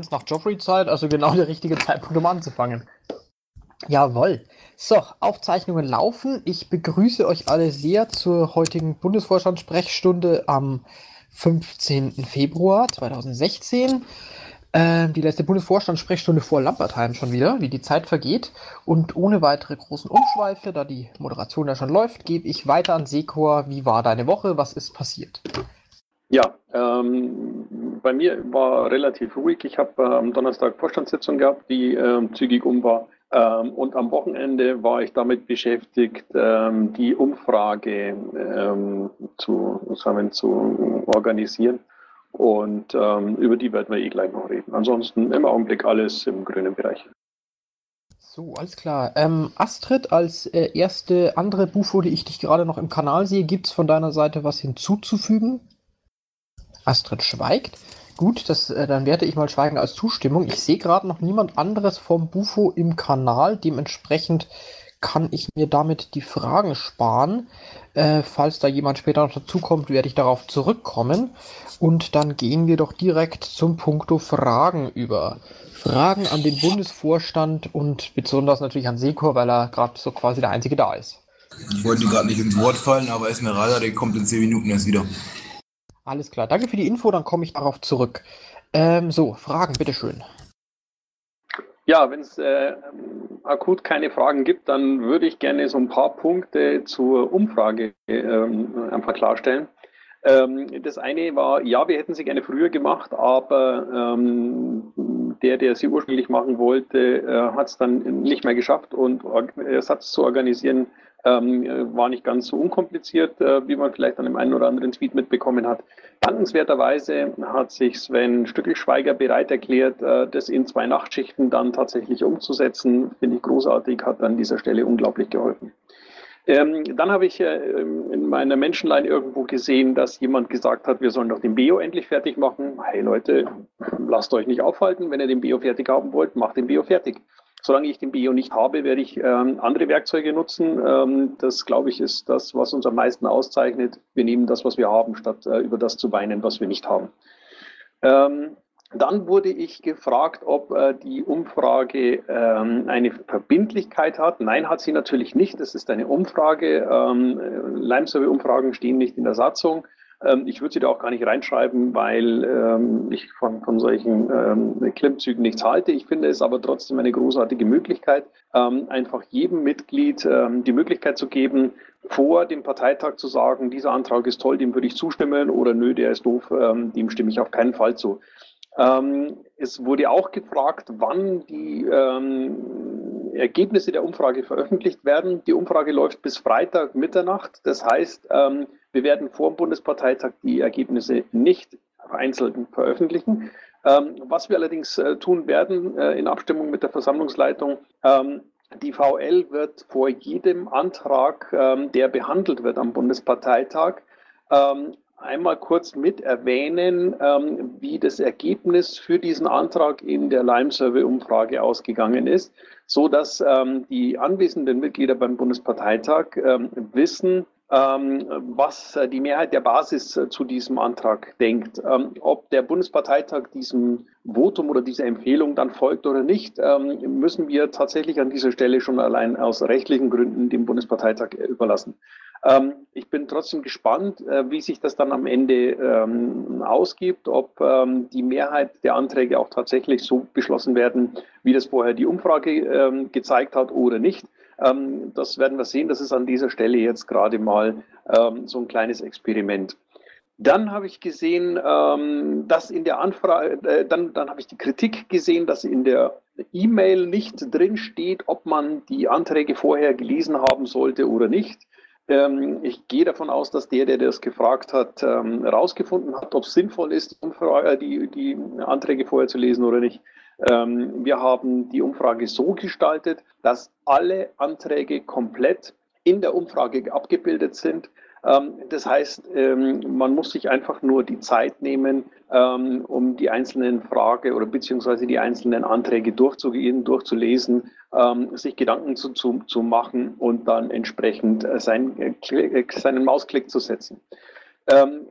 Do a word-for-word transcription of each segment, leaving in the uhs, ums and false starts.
nach Joffrey-Zeit, also genau der richtige Zeitpunkt, um anzufangen. Jawohl. So, Aufzeichnungen laufen. Ich begrüße euch alle sehr zur heutigen Bundesvorstand-Sprechstunde am fünfzehnten Februar zweitausendsechzehn. Ähm, die letzte Bundesvorstand-Sprechstunde vor Lampertheim schon wieder, wie die Zeit vergeht. Und ohne weitere großen Umschweife, da die Moderation ja schon läuft, gebe ich weiter an Sekor. Wie war deine Woche? Was ist passiert? Ja, ähm, bei mir war relativ ruhig. Ich habe äh, am Donnerstag Vorstandssitzung gehabt, die äh, zügig um war. Ähm, und am Wochenende war ich damit beschäftigt, ähm, die Umfrage ähm, zu, zusammen zu organisieren. Und ähm, über die werden wir eh gleich noch reden. Ansonsten im Augenblick alles im grünen Bereich. So, alles klar. Ähm, Astrid, als äh, erste andere Bufo, die ich dich gerade noch im Kanal sehe, gibt es von deiner Seite was hinzuzufügen? Astrid schweigt. Gut, das, äh, dann werte ich mal Schweigen als Zustimmung. Ich sehe gerade noch niemand anderes vom Bufo im Kanal. Dementsprechend kann ich mir damit die Fragen sparen. Äh, falls da jemand später noch dazukommt, werde ich darauf zurückkommen. Und dann gehen wir doch direkt zum Punkto Fragen über. Fragen an den Bundesvorstand und besonders natürlich an Sekor, weil er gerade so quasi der Einzige da ist. Ich wollte gerade nicht ins Wort fallen, aber Esmeralda, der kommt in zehn Minuten erst wieder. Alles klar, danke für die Info, dann komme ich darauf zurück. Ähm, so, Fragen, bitteschön. Ja, wenn es äh, akut keine Fragen gibt, dann würde ich gerne so ein paar Punkte zur Umfrage ähm, einfach klarstellen. Ähm, das eine war, ja, wir hätten sie gerne früher gemacht, aber ähm, der, der sie ursprünglich machen wollte, äh, hat es dann nicht mehr geschafft und Ersatz zu organisieren ähm, war nicht ganz so unkompliziert, äh, wie man vielleicht an dem einen oder anderen Tweet mitbekommen hat. Dankenswerterweise hat sich Sven Stückelschweiger bereit erklärt, äh, das in zwei Nachtschichten dann tatsächlich umzusetzen. Finde ich großartig, hat an dieser Stelle unglaublich geholfen. Ähm, dann habe ich äh, in meiner Menschenlein irgendwo gesehen, dass jemand gesagt hat, wir sollen doch den Beo endlich fertig machen. Hey Leute, lasst euch nicht aufhalten. Wenn ihr den Beo fertig haben wollt, macht den Beo fertig. Solange ich den Beo nicht habe, werde ich ähm, andere Werkzeuge nutzen. Ähm, das, glaube ich, ist das, was uns am meisten auszeichnet. Wir nehmen das, was wir haben, statt äh, über das zu weinen, was wir nicht haben. Ähm, Dann wurde ich gefragt, ob äh, die Umfrage ähm, eine Verbindlichkeit hat. Nein, hat sie natürlich nicht. Es ist eine Umfrage. Ähm, Lime-Survey-Umfragen stehen nicht in der Satzung. Ähm, ich würde sie da auch gar nicht reinschreiben, weil ähm, ich von, von solchen ähm, Klimmzügen nichts halte. Ich finde es aber trotzdem eine großartige Möglichkeit, ähm, einfach jedem Mitglied ähm, die Möglichkeit zu geben, vor dem Parteitag zu sagen, dieser Antrag ist toll, dem würde ich zustimmen, oder nö, der ist doof, ähm, dem stimme ich auf keinen Fall zu. Ähm, es wurde auch gefragt, wann die ähm, Ergebnisse der Umfrage veröffentlicht werden. Die Umfrage läuft bis Freitag Mitternacht. Das heißt, ähm, wir werden vor dem Bundesparteitag die Ergebnisse nicht einzeln veröffentlichen. Ähm, was wir allerdings äh, tun werden, äh, in Abstimmung mit der Versammlungsleitung, ähm, die V L wird vor jedem Antrag, ähm, der behandelt wird am Bundesparteitag, ähm, einmal kurz mit erwähnen, ähm, wie das Ergebnis für diesen Antrag in der Lime-Survey-Umfrage ausgegangen ist, so dass ähm, die anwesenden Mitglieder beim Bundesparteitag ähm, wissen, ähm, was die Mehrheit der Basis äh, zu diesem Antrag denkt. Ähm, ob der Bundesparteitag diesem Votum oder dieser Empfehlung dann folgt oder nicht, ähm, müssen wir tatsächlich an dieser Stelle schon allein aus rechtlichen Gründen dem Bundesparteitag überlassen. Ähm, ich bin trotzdem gespannt, äh, wie sich das dann am Ende ähm, ausgibt, ob ähm, die Mehrheit der Anträge auch tatsächlich so beschlossen werden, wie das vorher die Umfrage ähm, gezeigt hat oder nicht. Ähm, das werden wir sehen. Das ist an dieser Stelle jetzt gerade mal ähm, so ein kleines Experiment. Dann habe ich gesehen, ähm, dass in der Anfrage, äh, dann, dann habe ich die Kritik gesehen, dass in der E-Mail nicht drin steht, ob man die Anträge vorher gelesen haben sollte oder nicht. Ähm, ich gehe davon aus, dass der, der das gefragt hat, ähm, herausgefunden hat, ob es sinnvoll ist, die, die Anträge vorher zu lesen oder nicht. Ähm, wir haben die Umfrage so gestaltet, dass alle Anträge komplett in der Umfrage abgebildet sind. Ähm, das heißt, ähm, man muss sich einfach nur die Zeit nehmen, ähm, um die einzelnen Frage oder beziehungsweise die einzelnen Anträge durchzugehen, durchzulesen, ähm, sich Gedanken zu, zu, zu machen und dann entsprechend sein, äh, seinen Mausklick zu setzen. Ähm,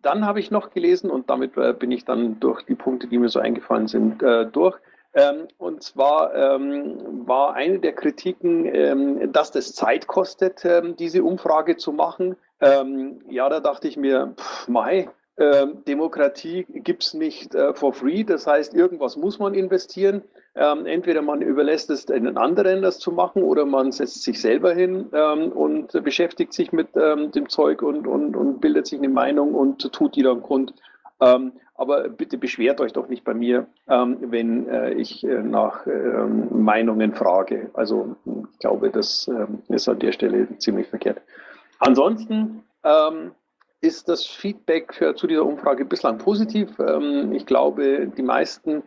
dann habe ich noch gelesen, und damit äh, bin ich dann durch die Punkte, die mir so eingefallen sind, äh, durch. Ähm, und zwar ähm, war eine der Kritiken, ähm, dass das Zeit kostet, ähm, diese Umfrage zu machen. Ähm, ja, da dachte ich mir, pff, mei, ähm, Demokratie gibt's nicht äh, for free. Das heißt, irgendwas muss man investieren. Ähm, entweder man überlässt es einen anderen, das zu machen, oder man setzt sich selber hin ähm, und beschäftigt sich mit ähm, dem Zeug und, und, und bildet sich eine Meinung und tut die dann kund. Ähm, aber bitte beschwert euch doch nicht bei mir, ähm, wenn äh, ich äh, nach ähm, Meinungen frage. Also ich glaube, das ähm, ist an der Stelle ziemlich verkehrt. Ansonsten ähm, ist das Feedback für, zu dieser Umfrage bislang positiv. Ähm, ich glaube, die meisten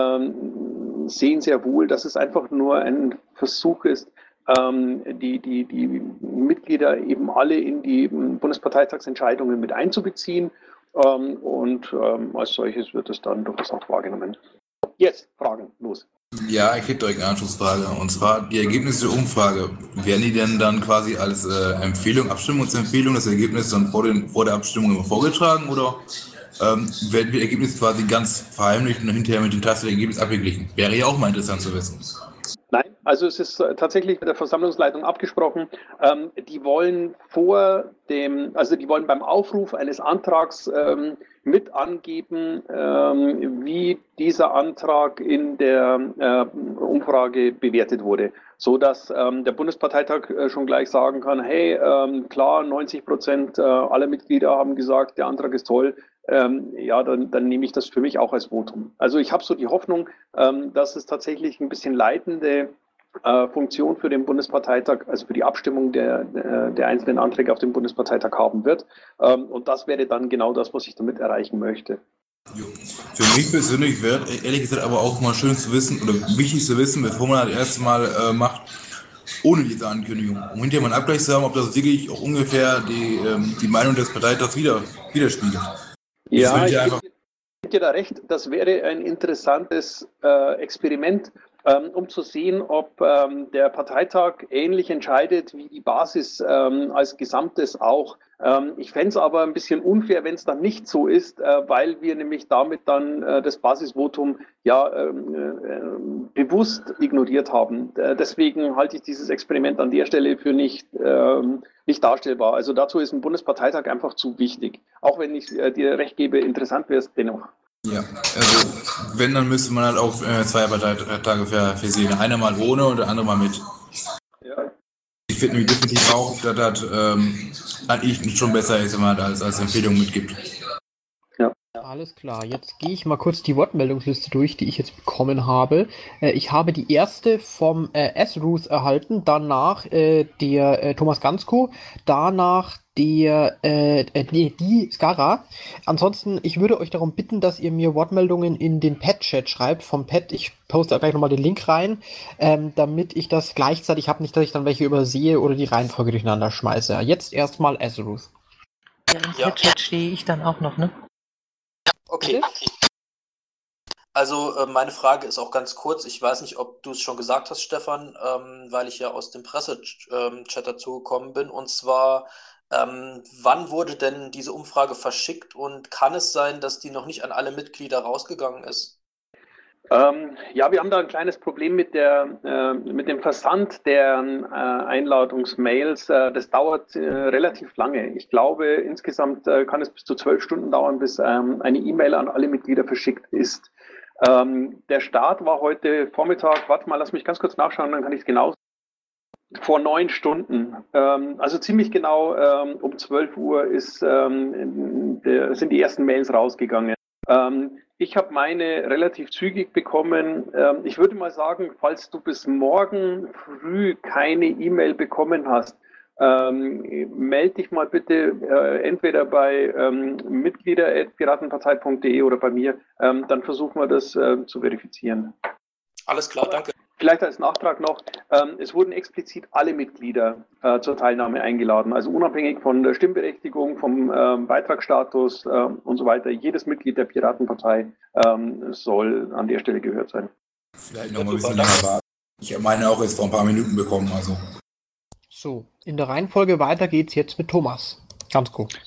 ähm, sehen sehr wohl, dass es einfach nur ein Versuch ist, ähm, die, die, die Mitglieder eben alle in die Bundesparteitagsentscheidungen mit einzubeziehen. Ähm, und ähm, als solches wird es dann durchaus auch wahrgenommen. Jetzt Fragen, los. Ja, ich hätte euch eine Anschlussfrage. Und zwar die Ergebnisse der Umfrage. Werden die denn dann quasi als äh, Empfehlung, Abstimmungsempfehlung, das Ergebnis dann vor, den, vor der Abstimmung immer vorgetragen? Oder ähm, werden die Ergebnisse quasi ganz verheimlicht und hinterher mit dem Tastenergebnis abgeglichen? Wäre ja auch mal interessant zu wissen. Nein, also es ist tatsächlich mit der Versammlungsleitung abgesprochen. Ähm, die wollen vor dem, also die wollen beim Aufruf eines Antrags ähm, mit angeben, ähm, wie dieser Antrag in der äh, Umfrage bewertet wurde, so dass ähm, der Bundesparteitag äh, schon gleich sagen kann: Hey, ähm, klar, neunzig Prozent äh, aller Mitglieder haben gesagt, der Antrag ist toll. Ähm, ja, dann, dann nehme ich das für mich auch als Votum. Also ich habe so die Hoffnung, ähm, dass es tatsächlich ein bisschen leitende äh, Funktion für den Bundesparteitag, also für die Abstimmung der, der, der einzelnen Anträge auf dem Bundesparteitag haben wird. Ähm, und das wäre dann genau das, was ich damit erreichen möchte. Jo. Für mich persönlich wäre ehrlich gesagt aber auch mal schön zu wissen, oder wichtig zu wissen, bevor man das erste Mal äh, macht, ohne diese Ankündigung, um hinterher mal einen Abgleich zu haben, ob das wirklich auch ungefähr die, ähm, die Meinung des Parteitags wieder, widerspiegelt. Ja, ich gebe dir da recht, das wäre ein interessantes äh, Experiment, ähm, um zu sehen, ob ähm, der Parteitag ähnlich entscheidet wie die Basis ähm, als Gesamtes auch. Ähm, ich fände es aber ein bisschen unfair, wenn es dann nicht so ist, äh, weil wir nämlich damit dann äh, das Basisvotum ja ähm, äh, bewusst ignoriert haben. Äh, deswegen halte ich dieses Experiment an der Stelle für nicht, ähm, nicht darstellbar. Also dazu ist ein Bundesparteitag einfach zu wichtig. Auch wenn ich äh, dir recht gebe, interessant wäre es dennoch. Ja, also wenn, dann müsste man halt auch äh, zwei Parteitage versehen. Einer mal ohne und der andere mal mit. Ja. Ich finde nämlich definitiv auch, dass das ähm, eigentlich schon besser ist, wenn man das als, als Empfehlung mitgibt. Ja. Alles klar, jetzt gehe ich mal kurz die Wortmeldungsliste durch, die ich jetzt bekommen habe. Äh, ich habe die erste vom äh, S-Ruth erhalten, danach äh, der äh, Thomas Gansko, danach der, äh, äh, nee, die Skara. Ansonsten, ich würde euch darum bitten, dass ihr mir Wortmeldungen in den Pad-Chat schreibt. Vom Pad, ich poste auch gleich nochmal den Link rein, ähm, damit ich das gleichzeitig habe, nicht, dass ich dann welche übersehe oder die Reihenfolge durcheinander schmeiße. Jetzt erstmal S-Ruth. Ja, im ja. Pad-Chat stehe ich dann auch noch, ne? Okay. Also äh, meine Frage ist auch ganz kurz. Ich weiß nicht, ob du es schon gesagt hast, Stefan, ähm, weil ich ja aus dem Presse-Chat ähm, dazu gekommen bin. Und zwar, ähm, wann wurde denn diese Umfrage verschickt und kann es sein, dass die noch nicht an alle Mitglieder rausgegangen ist? Ähm, ja, wir haben da ein kleines Problem mit, der, äh, mit dem Versand der äh, Einladungsmails. Äh, das dauert äh, relativ lange. Ich glaube, insgesamt äh, kann es bis zu zwölf Stunden dauern, bis ähm, eine E-Mail an alle Mitglieder verschickt ist. Ähm, der Start war heute Vormittag, warte mal, lass mich ganz kurz nachschauen, dann kann ich es genau vor neun Stunden. Ähm, also ziemlich genau ähm, um zwölf Uhr ist, ähm, der, sind die ersten Mails rausgegangen. Ähm, ich habe meine relativ zügig bekommen. Ähm, ich würde mal sagen, falls du bis morgen früh keine E-Mail bekommen hast, ähm, melde dich mal bitte äh, entweder bei ähm, mitglieder at piratenpartei punkt de oder bei mir. Ähm, dann versuchen wir das äh, zu verifizieren. Alles klar, danke. Vielleicht als Nachtrag noch, ähm, es wurden explizit alle Mitglieder äh, zur Teilnahme eingeladen, also unabhängig von der Stimmberechtigung, vom ähm, Beitragsstatus äh, und so weiter. Jedes Mitglied der Piratenpartei ähm, soll an der Stelle gehört sein. Vielleicht noch mal ein bisschen länger warten. Ich habe meine auch jetzt vor ein paar Minuten bekommen. Also. So, in der Reihenfolge weiter geht's jetzt mit Thomas. Ganz gut.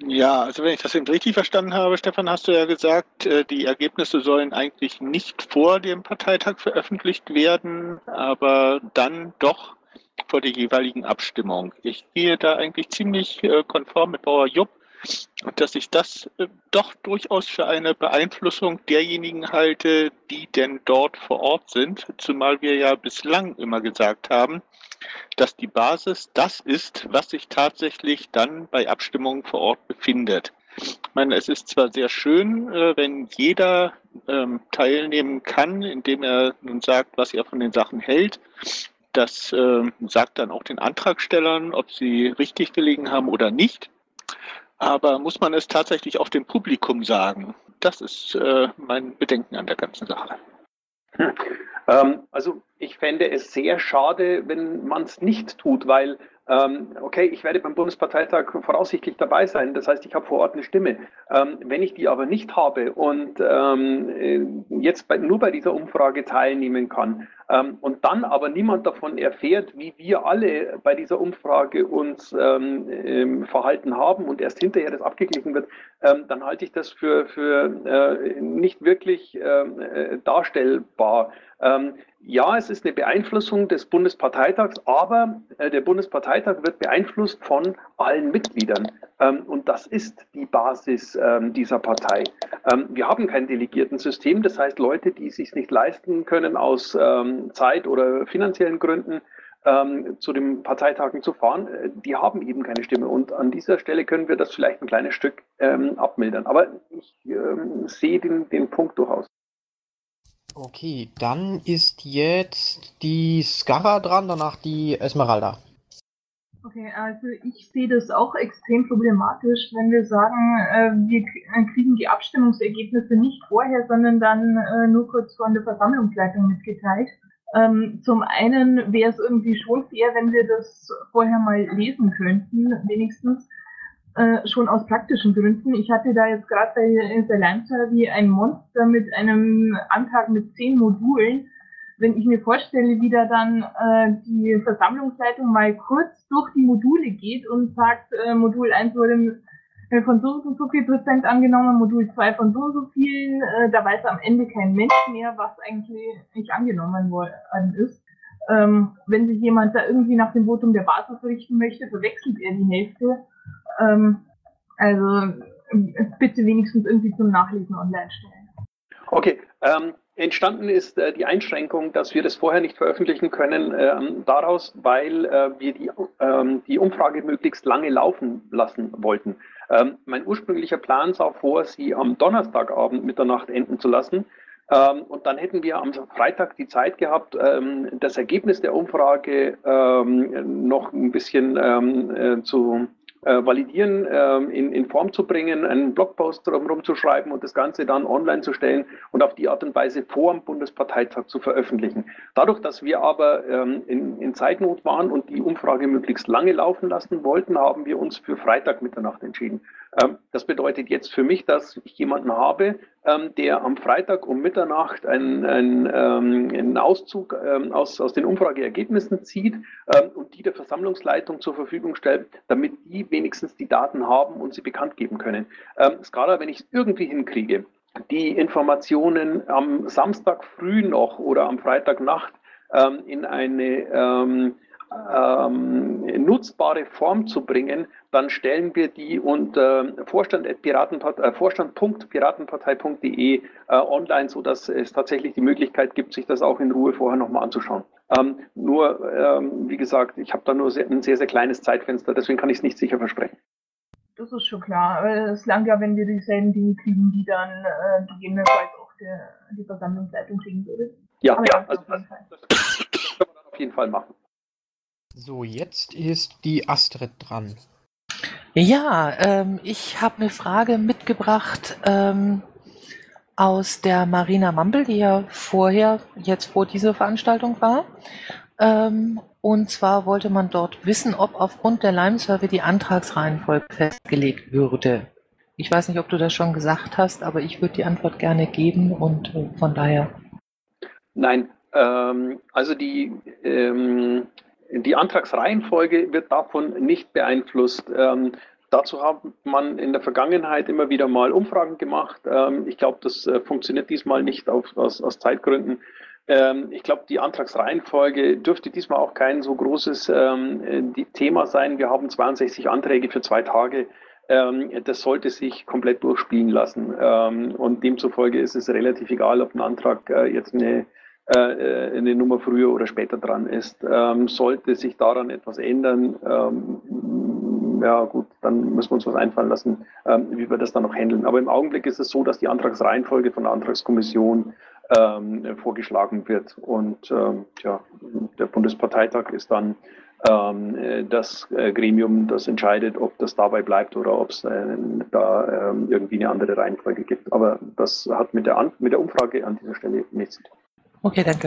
Ja, also wenn ich das eben richtig verstanden habe, Stefan, hast du ja gesagt, äh, die Ergebnisse sollen eigentlich nicht vor dem Parteitag veröffentlicht werden, aber dann doch vor der jeweiligen Abstimmung. Ich gehe da eigentlich ziemlich äh, konform mit Bauer Jupp, dass ich das äh, doch durchaus für eine Beeinflussung derjenigen halte, die denn dort vor Ort sind, zumal wir ja bislang immer gesagt haben, dass die Basis das ist, was sich tatsächlich dann bei Abstimmungen vor Ort befindet. Ich meine, es ist zwar sehr schön, äh, wenn jeder ähm, teilnehmen kann, indem er nun sagt, was er von den Sachen hält. Das äh, sagt dann auch den Antragstellern, ob sie richtig gelegen haben oder nicht. Aber muss man es tatsächlich auch dem Publikum sagen? Das ist äh, mein Bedenken an der ganzen Sache. Hm. Ähm, also ich fände es sehr schade, wenn man es nicht tut, weil, ähm, okay, ich werde beim Bundesparteitag voraussichtlich dabei sein, das heißt, ich habe vor Ort eine Stimme. Ähm, wenn ich die aber nicht habe und ähm, jetzt bei, nur bei dieser Umfrage teilnehmen kann ähm, und dann aber niemand davon erfährt, wie wir alle bei dieser Umfrage uns ähm, verhalten haben und erst hinterher das abgeglichen wird, ähm, dann halte ich das für, für äh, nicht wirklich äh, darstellbar. Ähm, ja, es ist eine Beeinflussung des Bundesparteitags, aber äh, der Bundesparteitag wird beeinflusst von allen Mitgliedern. Ähm, und das ist die Basis ähm, dieser Partei. Ähm, wir haben kein Delegiertensystem, das heißt, Leute, die es sich nicht leisten können aus ähm, Zeit- oder finanziellen Gründen, ähm, zu den Parteitagen zu fahren, äh, die haben eben keine Stimme. Und an dieser Stelle können wir das vielleicht ein kleines Stück ähm, abmildern. Aber ich ähm, sehe den, den Punkt durchaus. Okay, dann ist jetzt die Skara dran, danach die Esmeralda. Okay, also ich sehe das auch extrem problematisch, wenn wir sagen, äh, wir kriegen die Abstimmungsergebnisse nicht vorher, sondern dann äh, nur kurz vor der Versammlungsleitung mitgeteilt. Ähm, zum einen wäre es irgendwie schon fair, wenn wir das vorher mal lesen könnten, wenigstens. Äh, schon aus praktischen Gründen. Ich hatte da jetzt gerade bei der Lime-Survey ein Monster mit einem Antrag mit zehn Modulen. Wenn ich mir vorstelle, wie da dann äh, die Versammlungsleitung mal kurz durch die Module geht und sagt, äh, Modul eins wurde äh, von so und so viel Prozent angenommen, Modul zwei von so und so viel, äh, da weiß am Ende kein Mensch mehr, was eigentlich nicht angenommen worden ist. Ähm, wenn sich jemand da irgendwie nach dem Votum der Basis richten möchte, verwechselt er die Hälfte. Ähm, also bitte wenigstens irgendwie zum Nachlesen online stellen. Okay, ähm, entstanden ist äh, die Einschränkung, dass wir das vorher nicht veröffentlichen können, ähm, daraus, weil äh, wir die, ähm, die Umfrage möglichst lange laufen lassen wollten. Ähm, mein ursprünglicher Plan sah vor, sie am Donnerstagabend Mitternacht enden zu lassen. Ähm, und dann hätten wir am Freitag die Zeit gehabt, ähm, das Ergebnis der Umfrage ähm, noch ein bisschen ähm, äh, zu äh, validieren, äh, in, in Form zu bringen, einen Blogpost drumherum zu schreiben und das Ganze dann online zu stellen und auf die Art und Weise vor dem Bundesparteitag zu veröffentlichen. Dadurch, dass wir aber ähm, in, in Zeitnot waren und die Umfrage möglichst lange laufen lassen wollten, haben wir uns für Freitag Mitternacht entschieden. Ähm, das bedeutet jetzt für mich, dass ich jemanden habe, ähm, der am Freitag um Mitternacht einen, einen, ähm, einen Auszug ähm, aus, aus den Umfrageergebnissen zieht ähm, und die der Versammlungsleitung zur Verfügung stellt, damit die wenigstens die Daten haben und sie bekannt geben können. Ähm, Skala, wenn ich es irgendwie hinkriege, die Informationen am Samstag früh noch oder am Freitagnacht ähm, in eine ähm, ähm, nutzbare Form zu bringen, dann stellen wir die unter Vorstand äh, vorstand punkt piratenpartei punkt de äh, online, sodass es tatsächlich die Möglichkeit gibt, sich das auch in Ruhe vorher nochmal anzuschauen. Ähm, nur, ähm, wie gesagt, ich habe da nur sehr, ein sehr, sehr kleines Zeitfenster, deswegen kann ich es nicht sicher versprechen. Das ist schon klar. Es langt ja, wenn wir dieselben Dinge kriegen, die dann äh, gegebenenfalls auch der, die Versammlungsleitung kriegen würde. Ja, Aber ja, das, also das, das, das können wir dann auf jeden Fall machen. So, jetzt ist die Astrid dran. Ja, ähm, ich habe eine Frage mitgebracht ähm, aus der Marina Mampel, die ja vorher, jetzt vor dieser Veranstaltung war. Ähm, und zwar wollte man dort wissen, ob aufgrund der Lime-Survey die Antragsreihenfolge festgelegt würde. Ich weiß nicht, ob du das schon gesagt hast, aber ich würde die Antwort gerne geben und äh, von daher. Nein, ähm, also die, ähm, die Antragsreihenfolge wird davon nicht beeinflusst. Ähm, dazu hat man in der Vergangenheit immer wieder mal Umfragen gemacht. Ähm, ich glaube, das äh, funktioniert diesmal nicht auf, aus, aus Zeitgründen. Ähm, ich glaube, die Antragsreihenfolge dürfte diesmal auch kein so großes ähm, Thema sein. Wir haben zweiundsechzig Anträge für zwei Tage. Ähm, das sollte sich komplett durchspielen lassen. Ähm, und demzufolge ist es relativ egal, ob ein Antrag äh, jetzt eine, äh, eine Nummer früher oder später dran ist. Ähm, sollte sich daran etwas ändern, ähm, ja gut, dann müssen wir uns was einfallen lassen, ähm, wie wir das dann noch handeln. Aber im Augenblick ist es so, dass die Antragsreihenfolge von der Antragskommission ähm, vorgeschlagen wird. Und ähm, tja, der Bundesparteitag ist dann ähm, das äh, Gremium, das entscheidet, ob das dabei bleibt oder ob es äh, da äh, irgendwie eine andere Reihenfolge gibt. Aber das hat mit der, An mit der Umfrage an dieser Stelle nichts zu tun. Okay, danke.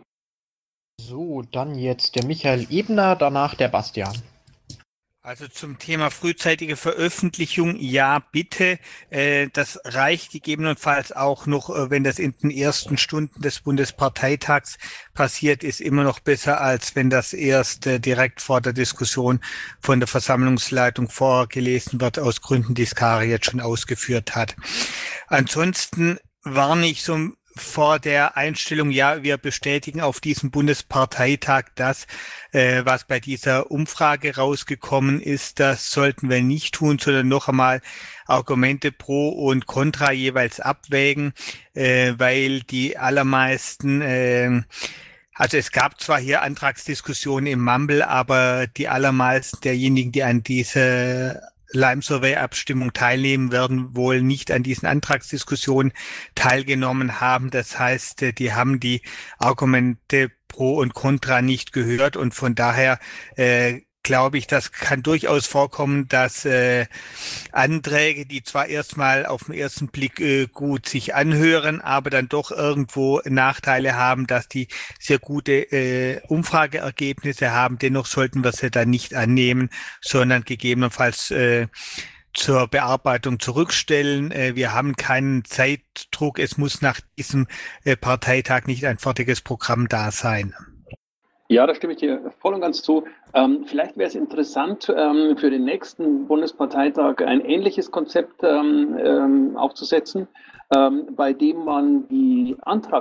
So, dann jetzt der Michael Ebner, danach der Bastian. Also zum Thema frühzeitige Veröffentlichung, ja, bitte. Äh, das reicht gegebenenfalls auch noch, äh, wenn das in den ersten Stunden des Bundesparteitags passiert, ist immer noch besser, als wenn das erst äh, direkt vor der Diskussion von der Versammlungsleitung vorgelesen wird, aus Gründen, die Skari jetzt schon ausgeführt hat. Ansonsten warne ich so vor der Einstellung, ja, wir bestätigen auf diesem Bundesparteitag das, äh, was bei dieser Umfrage rausgekommen ist. Das sollten wir nicht tun, sondern noch einmal Argumente pro und contra jeweils abwägen, äh, weil die allermeisten, äh, also es gab zwar hier Antragsdiskussionen im Mumble, aber die allermeisten derjenigen, die an diese Lime-Survey-Abstimmung teilnehmen, werden wohl nicht an diesen Antragsdiskussionen teilgenommen haben. Das heißt, die haben die Argumente pro und contra nicht gehört und von daher äh, glaube ich, das kann durchaus vorkommen, dass äh, Anträge, die zwar erstmal auf den ersten Blick äh, gut sich anhören, aber dann doch irgendwo Nachteile haben, dass die sehr gute äh, Umfrageergebnisse haben. Dennoch sollten wir sie dann nicht annehmen, sondern gegebenenfalls äh, zur Bearbeitung zurückstellen. Äh, wir haben keinen Zeitdruck. Es muss nach diesem äh, Parteitag nicht ein fertiges Programm da sein. Ja, da stimme ich dir voll und ganz zu. Ähm, vielleicht wäre es interessant, ähm, für den nächsten Bundesparteitag ein ähnliches Konzept ähm, ähm, aufzusetzen, ähm, bei dem man die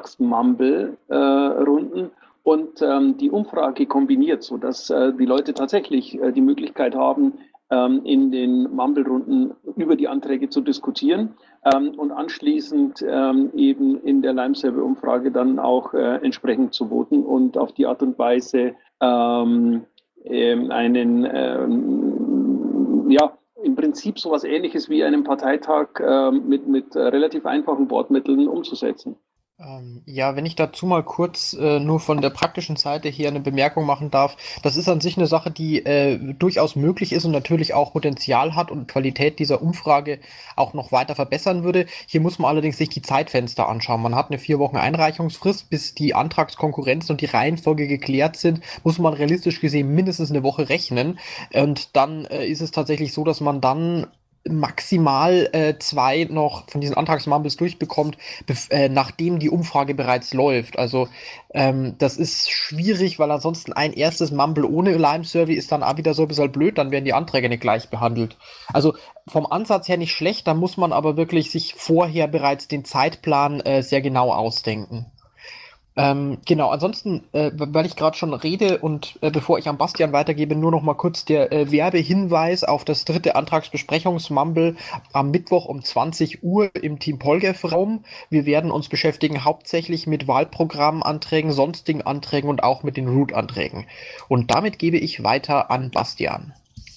Antragsmumble-Runden äh, und ähm, die Umfrage kombiniert, sodass äh, die Leute tatsächlich äh, die Möglichkeit haben, ähm, in den Mumble-Runden über die Anträge zu diskutieren. Ähm, und anschließend ähm, eben in der Lime-Survey-Umfrage dann auch äh, entsprechend zu voten und auf die Art und Weise ähm, ähm, einen, ähm, ja, im Prinzip sowas Ähnliches wie einen Parteitag ähm, mit, mit äh, relativ einfachen Wortmitteln umzusetzen. Ähm, ja, wenn ich dazu mal kurz äh, nur von der praktischen Seite hier eine Bemerkung machen darf, das ist an sich eine Sache, die äh, durchaus möglich ist und natürlich auch Potenzial hat und Qualität dieser Umfrage auch noch weiter verbessern würde. Hier muss man allerdings sich die Zeitfenster anschauen. Man hat eine vier Wochen Einreichungsfrist, bis die Antragskonkurrenzen und die Reihenfolge geklärt sind, muss man realistisch gesehen mindestens eine Woche rechnen. Und dann äh, ist es tatsächlich so, dass man dann maximal äh, zwei noch von diesen Antragsmumbles durchbekommt, äh, nachdem die Umfrage bereits läuft. Also ähm, das ist schwierig, weil ansonsten ein erstes Mumble ohne Lime-Survey ist dann auch wieder so ein bisschen blöd, dann werden die Anträge nicht gleich behandelt. Also vom Ansatz her nicht schlecht, da muss man aber wirklich sich vorher bereits den Zeitplan äh, sehr genau ausdenken. Ähm, genau, ansonsten, äh, weil ich gerade schon rede und äh, bevor ich an Bastian weitergebe, nur noch mal kurz der äh, Werbehinweis auf das dritte Antragsbesprechungsmumble am Mittwoch um zwanzig Uhr im Team Polgef-Raum. Wir werden uns beschäftigen hauptsächlich mit Wahlprogrammanträgen, sonstigen Anträgen und auch mit den Root-Anträgen. Und damit gebe ich weiter an Bastian.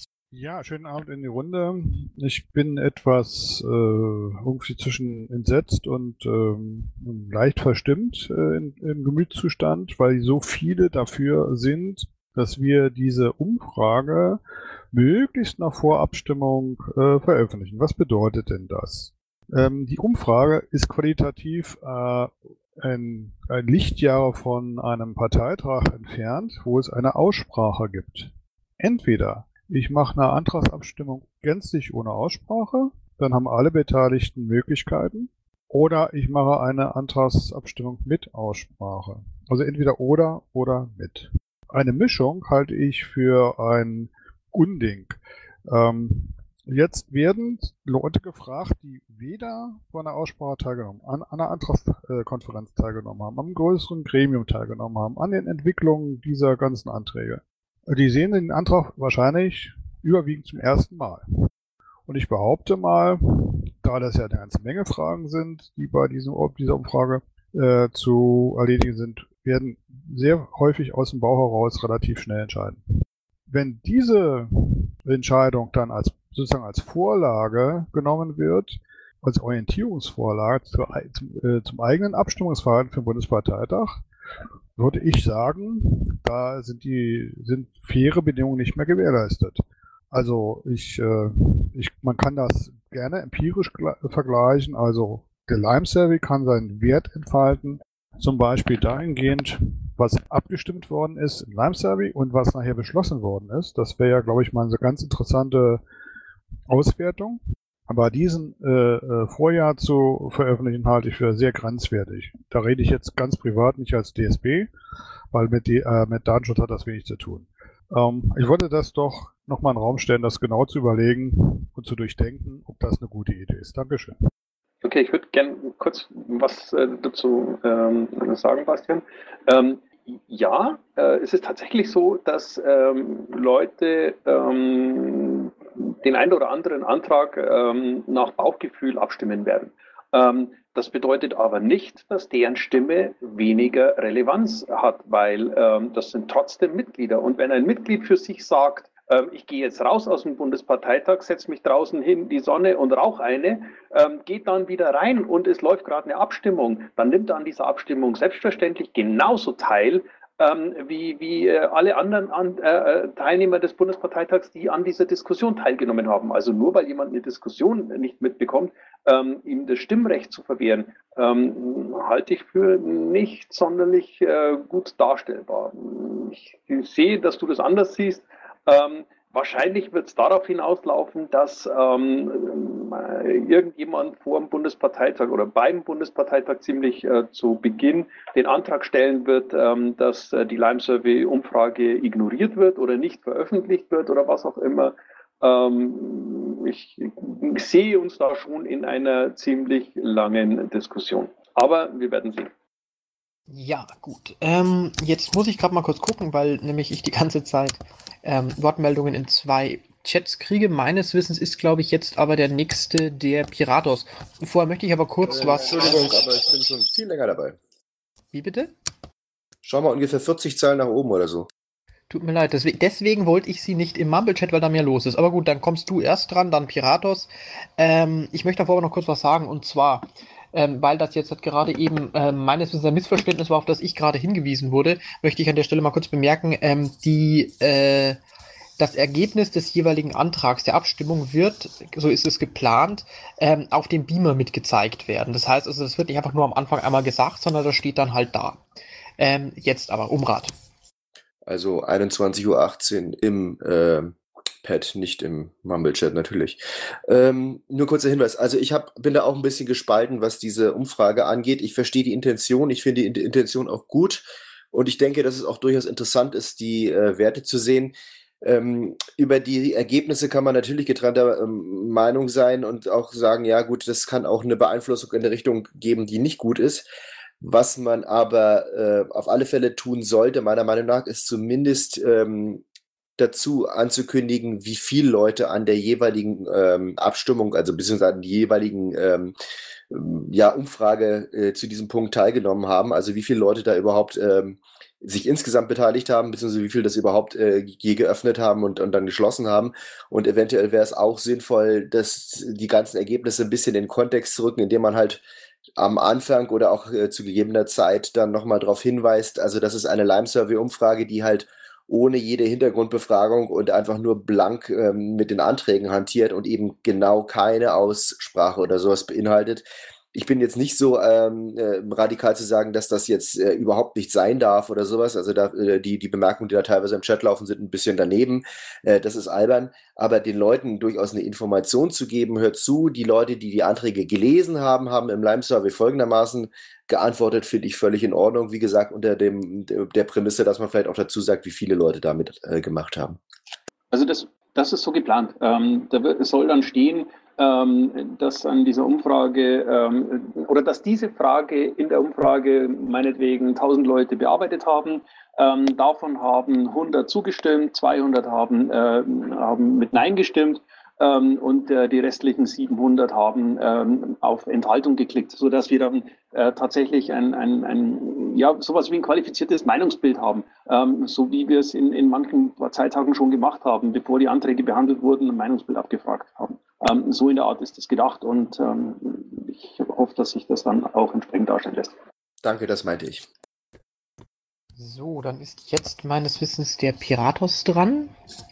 Ja, schönen Abend in die Runde. Ich bin etwas äh, irgendwie zwischen entsetzt und ähm, leicht verstimmt äh, in, im Gemütszustand, weil so viele dafür sind, dass wir diese Umfrage möglichst nach Vorabstimmung äh, veröffentlichen. Was bedeutet denn das? Ähm, die Umfrage ist qualitativ äh, ein, ein Lichtjahr von einem Parteitag entfernt, wo es eine Aussprache gibt. Entweder ich mache eine Antragsabstimmung gänzlich ohne Aussprache, dann haben alle Beteiligten Möglichkeiten. Oder ich mache eine Antragsabstimmung mit Aussprache. Also entweder oder oder mit. Eine Mischung halte ich für ein Unding. Ähm, Jetzt werden Leute gefragt, die weder bei einer Aussprache teilgenommen haben, an einer Antragskonferenz teilgenommen haben, am größeren Gremium teilgenommen haben, an den Entwicklungen dieser ganzen Anträge. Die sehen den Antrag wahrscheinlich überwiegend zum ersten Mal. Und ich behaupte mal, da das ja eine ganze Menge Fragen sind, die bei diesem, dieser Umfrage äh, zu erledigen sind, werden sehr häufig aus dem Bauch heraus relativ schnell entscheiden. Wenn diese Entscheidung dann als sozusagen als Vorlage genommen wird, als Orientierungsvorlage zu, zum, äh, zum eigenen Abstimmungsverhalten für den Bundesparteitag, würde ich sagen, da sind die sind faire Bedingungen nicht mehr gewährleistet. Also ich, äh, ich man kann das gerne empirisch vergleichen. Also der Lime Survey kann seinen Wert entfalten, zum Beispiel dahingehend, was abgestimmt worden ist im Lime Survey und was nachher beschlossen worden ist. Das wäre ja, glaube ich, mal eine ganz interessante Auswertung. Aber diesen äh, äh, Vorjahr zu veröffentlichen, halte ich für sehr grenzwertig. Da rede ich jetzt ganz privat, nicht als D S B, weil mit, die, äh, mit Datenschutz hat das wenig zu tun. Ähm, ich wollte das doch nochmal in den Raum stellen, das genau zu überlegen und zu durchdenken, ob das eine gute Idee ist. Dankeschön. Okay, ich würde gerne kurz was äh, dazu ähm, sagen, Bastian. Ähm, ja, äh, es ist tatsächlich so, dass ähm, Leute ähm, den einen oder anderen Antrag ähm, nach Bauchgefühl abstimmen werden. Ähm, das bedeutet aber nicht, dass deren Stimme weniger Relevanz hat, weil ähm, das sind trotzdem Mitglieder. Und wenn ein Mitglied für sich sagt, ähm, ich gehe jetzt raus aus dem Bundesparteitag, setze mich draußen hin, die Sonne und rauche eine, ähm, geht dann wieder rein und es läuft gerade eine Abstimmung, dann nimmt er an dieser Abstimmung selbstverständlich genauso teil, Ähm, wie, wie äh, alle anderen an, äh, Teilnehmer des Bundesparteitags, die an dieser Diskussion teilgenommen haben. Also nur weil jemand eine Diskussion nicht mitbekommt, ähm, ihm das Stimmrecht zu verwehren, ähm, halte ich für nicht sonderlich äh, gut darstellbar. Ich, ich sehe, dass du das anders siehst. Ähm, Wahrscheinlich wird es darauf hinauslaufen, dass ähm, irgendjemand vor dem Bundesparteitag oder beim Bundesparteitag ziemlich äh, zu Beginn den Antrag stellen wird, ähm, dass äh, die Lime Survey Umfrage ignoriert wird oder nicht veröffentlicht wird oder was auch immer. Ähm, ich, ich sehe uns da schon in einer ziemlich langen Diskussion. Aber wir werden sehen. Ja, gut. Ähm, jetzt muss ich gerade mal kurz gucken, weil nämlich ich die ganze Zeit ähm, Wortmeldungen in zwei Chats kriege. Meines Wissens ist, glaube ich, jetzt aber der nächste der Piratos. Vorher möchte ich aber kurz Äh, was... Entschuldigung, aber ich bin schon viel länger dabei. Wie bitte? Schau mal, ungefähr vierzig Zeilen nach oben oder so. Tut mir leid, deswegen, deswegen wollte ich sie nicht im Mumble-Chat, weil da mehr los ist. Aber gut, dann kommst du erst dran, dann Piratos. Ähm, ich möchte davor aber noch kurz was sagen, und zwar... Ähm, weil das jetzt halt gerade eben äh, meines Wissens ein Missverständnis war, auf das ich gerade hingewiesen wurde, möchte ich an der Stelle mal kurz bemerken, ähm, die, äh, das Ergebnis des jeweiligen Antrags der Abstimmung wird, so ist es geplant, ähm, auf dem Beamer mitgezeigt werden. Das heißt also, das wird nicht einfach nur am Anfang einmal gesagt, sondern das steht dann halt da. Ähm, jetzt aber, Umrat. Also einundzwanzig Uhr achtzehn im äh, Pad, nicht im Mumble-Chat natürlich. Ähm, nur kurzer Hinweis, also ich hab, bin da auch ein bisschen gespalten, was diese Umfrage angeht. Ich verstehe die Intention, ich finde die Intention auch gut und ich denke, dass es auch durchaus interessant ist, die äh, Werte zu sehen. Ähm, über die Ergebnisse kann man natürlich getrennter ähm, Meinung sein und auch sagen, ja gut, das kann auch eine Beeinflussung in eine Richtung geben, die nicht gut ist. Was man aber äh, auf alle Fälle tun sollte, meiner Meinung nach, ist zumindest ähm, dazu anzukündigen, wie viele Leute an der jeweiligen ähm, Abstimmung, also beziehungsweise an die jeweiligen ähm, ja, Umfrage äh, zu diesem Punkt teilgenommen haben, also wie viele Leute da überhaupt ähm, sich insgesamt beteiligt haben, beziehungsweise wie viel das überhaupt äh, je geöffnet haben und, und dann geschlossen haben. Und eventuell wäre es auch sinnvoll, dass die ganzen Ergebnisse ein bisschen in den Kontext zu rücken, indem man halt am Anfang oder auch äh, zu gegebener Zeit dann nochmal darauf hinweist, also das ist eine Lime Survey Umfrage, die halt ohne jede Hintergrundbefragung und einfach nur blank ähm, mit den Anträgen hantiert und eben genau keine Aussprache oder sowas beinhaltet. Ich bin jetzt nicht so ähm, äh, radikal zu sagen, dass das jetzt äh, überhaupt nicht sein darf oder sowas. Also da, äh, die, die Bemerkungen, die da teilweise im Chat laufen, sind ein bisschen daneben. Äh, das ist albern. Aber den Leuten durchaus eine Information zu geben, hört zu, die Leute, die die Anträge gelesen haben, haben im Lime Survey folgendermaßen geantwortet, finde ich völlig in Ordnung. Wie gesagt, unter dem der Prämisse, dass man vielleicht auch dazu sagt, wie viele Leute damit äh, gemacht haben. Also das Das ist so geplant. Ähm, da wird, es soll dann stehen, ähm, dass an dieser Umfrage ähm, oder dass diese Frage in der Umfrage meinetwegen tausend Leute bearbeitet haben. Ähm, davon haben hundert zugestimmt, zweihundert haben, äh, haben mit Nein gestimmt. Ähm, und äh, die restlichen siebenhundert haben ähm, auf Enthaltung geklickt, sodass wir dann äh, tatsächlich ein, ein, ein, ja, sowas wie ein qualifiziertes Meinungsbild haben, ähm, so wie wir es in, in manchen Parteitagen schon gemacht haben, bevor die Anträge behandelt wurden, ein Meinungsbild abgefragt haben. Ähm, so in der Art ist das gedacht und ähm, ich hoffe, dass sich das dann auch entsprechend darstellen lässt. Danke, das meinte ich. So, dann ist jetzt meines Wissens der Piratos dran.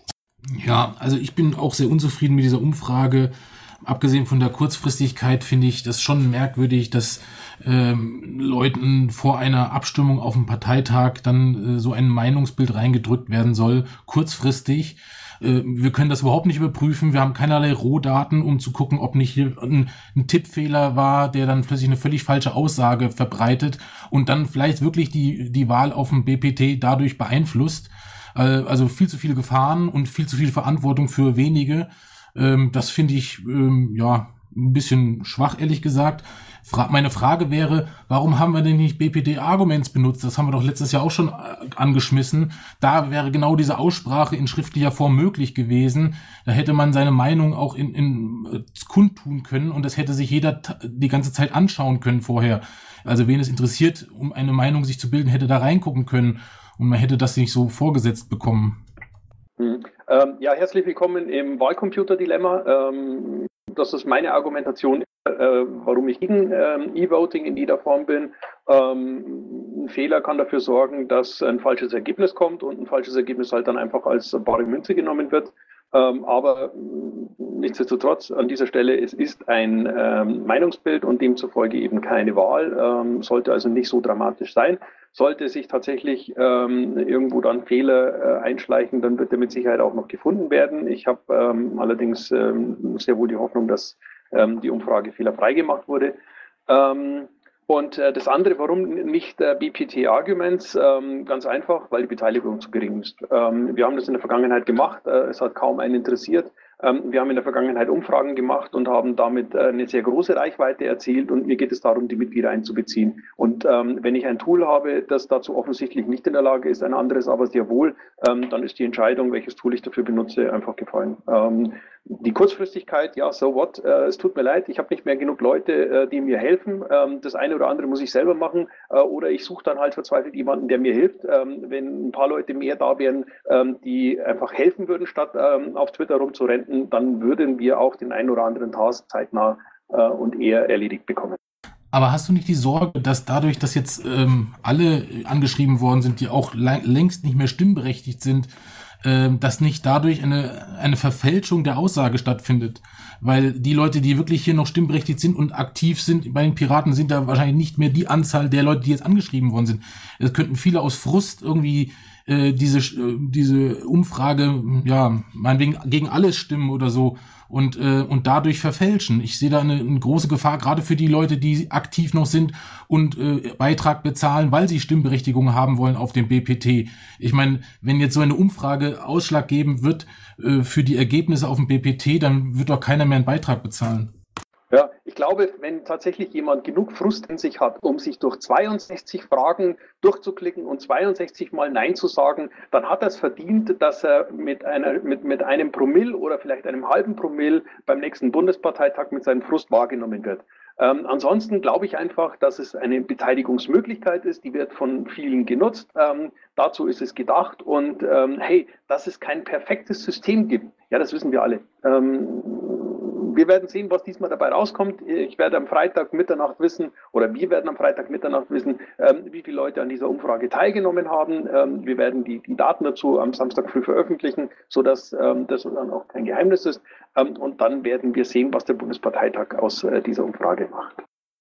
Ja, also ich bin auch sehr unzufrieden mit dieser Umfrage. Abgesehen von der Kurzfristigkeit finde ich das schon merkwürdig, dass ähm, Leuten vor einer Abstimmung auf dem Parteitag dann äh, so ein Meinungsbild reingedrückt werden soll, kurzfristig. Äh, wir können das überhaupt nicht überprüfen. Wir haben keinerlei Rohdaten, um zu gucken, ob nicht hier ein, ein Tippfehler war, der dann plötzlich eine völlig falsche Aussage verbreitet und dann vielleicht wirklich die, die Wahl auf dem B P T dadurch beeinflusst. Also viel zu viele Gefahren und viel zu viel Verantwortung für wenige. Das finde ich ja ein bisschen schwach, ehrlich gesagt. Meine Frage wäre, warum haben wir denn nicht B P T-Arguments benutzt? Das haben wir doch letztes Jahr auch schon angeschmissen. Da wäre genau diese Aussprache in schriftlicher Form möglich gewesen. Da hätte man seine Meinung auch in, in kundtun können und das hätte sich jeder die ganze Zeit anschauen können vorher. Also wen es interessiert, um eine Meinung sich zu bilden, hätte da reingucken können. Und man hätte das nicht so vorgesetzt bekommen. Hm. Ähm, ja, herzlich willkommen im Wahlcomputer-Dilemma. Ähm, das ist meine Argumentation, äh, warum ich gegen ähm, E-Voting in jeder Form bin. Ähm, ein Fehler kann dafür sorgen, dass ein falsches Ergebnis kommt und ein falsches Ergebnis halt dann einfach als bare Münze genommen wird. Ähm, aber nichtsdestotrotz an dieser Stelle, es ist ein ähm, Meinungsbild und demzufolge eben keine Wahl, ähm, sollte also nicht so dramatisch sein. Sollte sich tatsächlich ähm, irgendwo dann Fehler äh, einschleichen, dann wird er mit Sicherheit auch noch gefunden werden. Ich habe ähm, allerdings ähm, sehr wohl die Hoffnung, dass ähm, die Umfrage fehlerfrei gemacht wurde. Ähm, Und äh, das andere, warum nicht äh, B P T-Arguments? Ähm, ganz einfach, weil die Beteiligung zu gering ist. Ähm, wir haben das in der Vergangenheit gemacht, äh, es hat kaum einen interessiert. Ähm, wir haben in der Vergangenheit Umfragen gemacht und haben damit äh, eine sehr große Reichweite erzielt und mir geht es darum, die Mitglieder einzubeziehen. Und ähm, wenn ich ein Tool habe, das dazu offensichtlich nicht in der Lage ist, ein anderes aber sehr wohl, ähm, dann ist die Entscheidung, welches Tool ich dafür benutze, einfach gefallen. Ähm, Die Kurzfristigkeit, ja, so what, äh, es tut mir leid, ich habe nicht mehr genug Leute, äh, die mir helfen. Ähm, das eine oder andere muss ich selber machen äh, oder ich suche dann halt verzweifelt jemanden, der mir hilft. Ähm, wenn ein paar Leute mehr da wären, ähm, die einfach helfen würden, statt ähm, auf Twitter rumzurenten, dann würden wir auch den einen oder anderen Task zeitnah äh, und eher erledigt bekommen. Aber hast du nicht die Sorge, dass dadurch, dass jetzt ähm, alle angeschrieben worden sind, die auch lang, längst nicht mehr stimmberechtigt sind, dass nicht dadurch eine, eine Verfälschung der Aussage stattfindet? Weil die Leute, die wirklich hier noch stimmberechtigt sind und aktiv sind bei den Piraten, sind da wahrscheinlich nicht mehr die Anzahl der Leute, die jetzt angeschrieben worden sind. Es könnten viele aus Frust irgendwie äh, diese äh, diese Umfrage, ja, meinetwegen gegen alles stimmen oder so und äh, und dadurch verfälschen. Ich sehe da eine, eine große Gefahr, gerade für die Leute, die aktiv noch sind und äh, Beitrag bezahlen, weil sie Stimmberechtigung haben wollen auf dem B P T. Ich meine, wenn jetzt so eine Umfrage Ausschlag geben wird äh, für die Ergebnisse auf dem B P T, dann wird doch keiner mehr einen Beitrag bezahlen. Ja, ich glaube, wenn tatsächlich jemand genug Frust in sich hat, um sich durch zweiundsechzig Fragen durchzuklicken und zweiundsechzig Mal Nein zu sagen, dann hat er es verdient, dass er mit, einer, mit, mit einem Promille oder vielleicht einem halben Promille beim nächsten Bundesparteitag mit seinem Frust wahrgenommen wird. Ähm, ansonsten glaube ich einfach, dass es eine Beteiligungsmöglichkeit ist, die wird von vielen genutzt. Ähm, dazu ist es gedacht und ähm, hey, dass es kein perfektes System gibt, ja, das wissen wir alle. Ähm, wir werden sehen, was diesmal dabei rauskommt. Ich werde am Freitag Mitternacht wissen, oder wir werden am Freitag Mitternacht wissen, ähm, wie viele Leute an dieser Umfrage teilgenommen haben. Ähm, wir werden die, die Daten dazu am Samstag früh veröffentlichen, sodass ähm, das dann auch kein Geheimnis ist. Ähm, und dann werden wir sehen, was der Bundesparteitag aus äh, dieser Umfrage macht.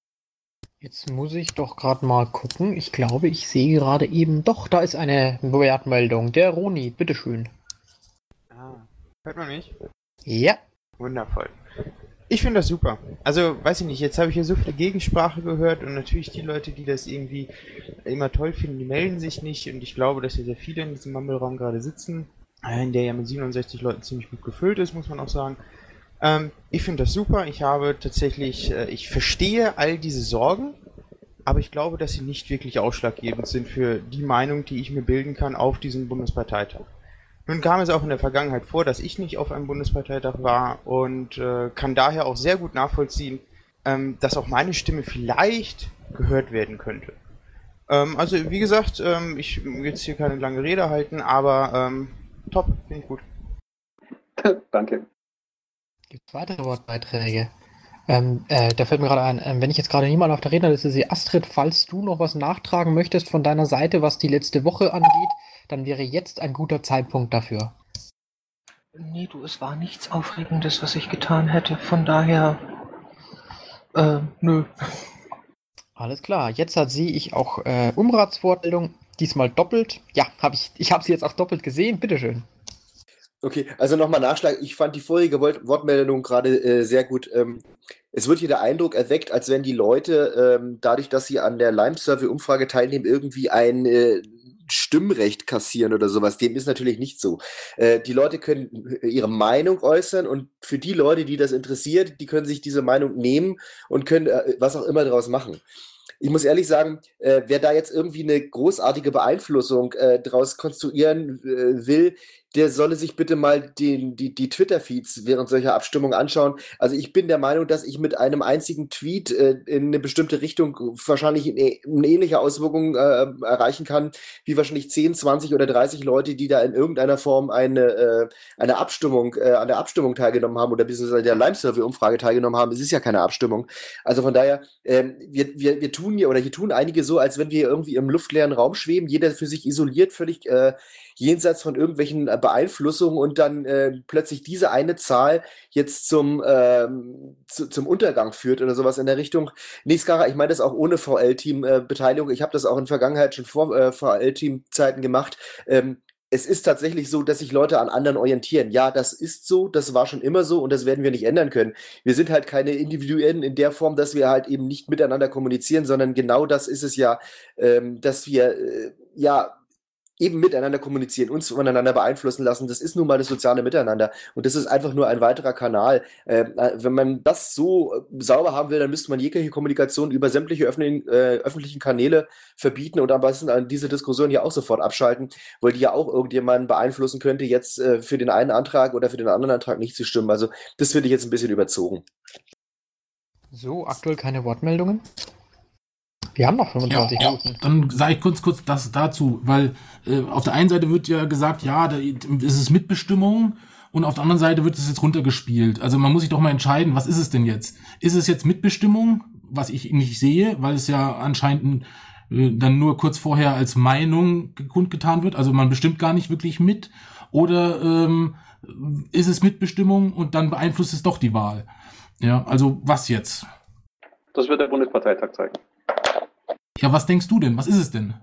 Jetzt muss ich doch gerade mal gucken. Ich glaube, ich sehe gerade eben, doch, da ist eine Wortmeldung. Der Roni, bitteschön. Ah, hört man mich? Ja. Wundervoll. Ich finde das super. Also, weiß ich nicht, jetzt habe ich hier so viele Gegensprache gehört und natürlich die Leute, die das irgendwie immer toll finden, die melden sich nicht und ich glaube, dass hier sehr viele in diesem Mumble-Raum gerade sitzen, in der ja mit siebenundsechzig Leuten ziemlich gut gefüllt ist, muss man auch sagen. Ähm, ich finde das super. Ich habe tatsächlich, äh, ich verstehe all diese Sorgen, aber ich glaube, dass sie nicht wirklich ausschlaggebend sind für die Meinung, die ich mir bilden kann auf diesem Bundesparteitag. Nun kam es auch in der Vergangenheit vor, dass ich nicht auf einem Bundesparteitag war und äh, kann daher auch sehr gut nachvollziehen, ähm, dass auch meine Stimme vielleicht gehört werden könnte. Ähm, also wie gesagt, ähm, ich will jetzt hier keine lange Rede halten, aber ähm, top, finde ich gut. Danke. Gibt es weitere Wortbeiträge? Ähm, äh, da fällt mir gerade ein, ähm, wenn ich jetzt gerade niemand auf der Rednerliste sehe, Astrid, falls du noch was nachtragen möchtest von deiner Seite, was die letzte Woche angeht, dann wäre jetzt ein guter Zeitpunkt dafür. Nee, du, es war nichts Aufregendes, was ich getan hätte. Von daher, äh, nö. Alles klar, jetzt hat sehe ich auch äh, Umratswortmeldung, diesmal doppelt. Ja, hab ich, ich habe sie jetzt auch doppelt gesehen, bitteschön. Okay, also nochmal Nachschlag. Ich fand die vorige Wort- Wortmeldung gerade äh, sehr gut. Ähm, es wird hier der Eindruck erweckt, als wenn die Leute, ähm, dadurch, dass sie an der Lime-Survey-Umfrage teilnehmen, irgendwie ein äh, Stimmrecht kassieren oder sowas. Dem ist natürlich nicht so. Äh, die Leute können ihre Meinung äußern und für die Leute, die das interessiert, die können sich diese Meinung nehmen und können äh, was auch immer daraus machen. Ich muss ehrlich sagen, äh, wer da jetzt irgendwie eine großartige Beeinflussung äh, draus konstruieren äh, will, der solle sich bitte mal den, die, die Twitter-Feeds während solcher Abstimmungen anschauen. Also ich bin der Meinung, dass ich mit einem einzigen Tweet äh, in eine bestimmte Richtung wahrscheinlich eine, eine ähnliche Auswirkung äh, erreichen kann, wie wahrscheinlich zehn, zwanzig oder dreißig Leute, die da in irgendeiner Form eine, äh, eine Abstimmung, äh, an der Abstimmung teilgenommen haben oder beziehungsweise der Lime-Survey-Umfrage teilgenommen haben. Es ist ja keine Abstimmung. Also von daher, ähm, wir, wir, wir tun hier, oder hier tun einige so, als wenn wir irgendwie im luftleeren Raum schweben, jeder für sich isoliert, völlig äh, jenseits von irgendwelchen äh, Beeinflussungen und dann äh, plötzlich diese eine Zahl jetzt zum, ähm, zu, zum Untergang führt oder sowas in der Richtung. Nee, Skara, ich meine das auch ohne V L-Team-Beteiligung. Ich habe das auch in der Vergangenheit schon vor äh, V L-Team-Zeiten gemacht. Ähm, es ist tatsächlich so, dass sich Leute an anderen orientieren. Ja, das ist so, das war schon immer so und das werden wir nicht ändern können. Wir sind halt keine Individuen in der Form, dass wir halt eben nicht miteinander kommunizieren, sondern genau das ist es ja, ähm, dass wir äh, ja eben miteinander kommunizieren, uns voneinander beeinflussen lassen. Das ist nun mal das soziale Miteinander. Und das ist einfach nur ein weiterer Kanal. Äh, wenn man das so äh, sauber haben will, dann müsste man jegliche Kommunikation über sämtliche öffentlichen, äh, öffentlichen Kanäle verbieten und am besten an diese Diskussion ja auch sofort abschalten, weil die ja auch irgendjemanden beeinflussen könnte, jetzt äh, für den einen Antrag oder für den anderen Antrag nicht zu stimmen. Also das finde ich jetzt ein bisschen überzogen. So, aktuell keine Wortmeldungen. Wir haben noch fünfundzwanzig ja, Minuten. Ja. Dann sage ich kurz kurz das dazu, weil äh, auf der einen Seite wird ja gesagt, ja, da ist es Mitbestimmung und auf der anderen Seite wird es jetzt runtergespielt. Also man muss sich doch mal entscheiden, was ist es denn jetzt? Ist es jetzt Mitbestimmung, was ich nicht sehe, weil es ja anscheinend äh, dann nur kurz vorher als Meinung kundgetan wird, also man bestimmt gar nicht wirklich mit, oder ähm, ist es Mitbestimmung und dann beeinflusst es doch die Wahl? Ja, also was jetzt? Das wird der Bundesparteitag zeigen. Ja, was denkst du denn? Was ist es denn?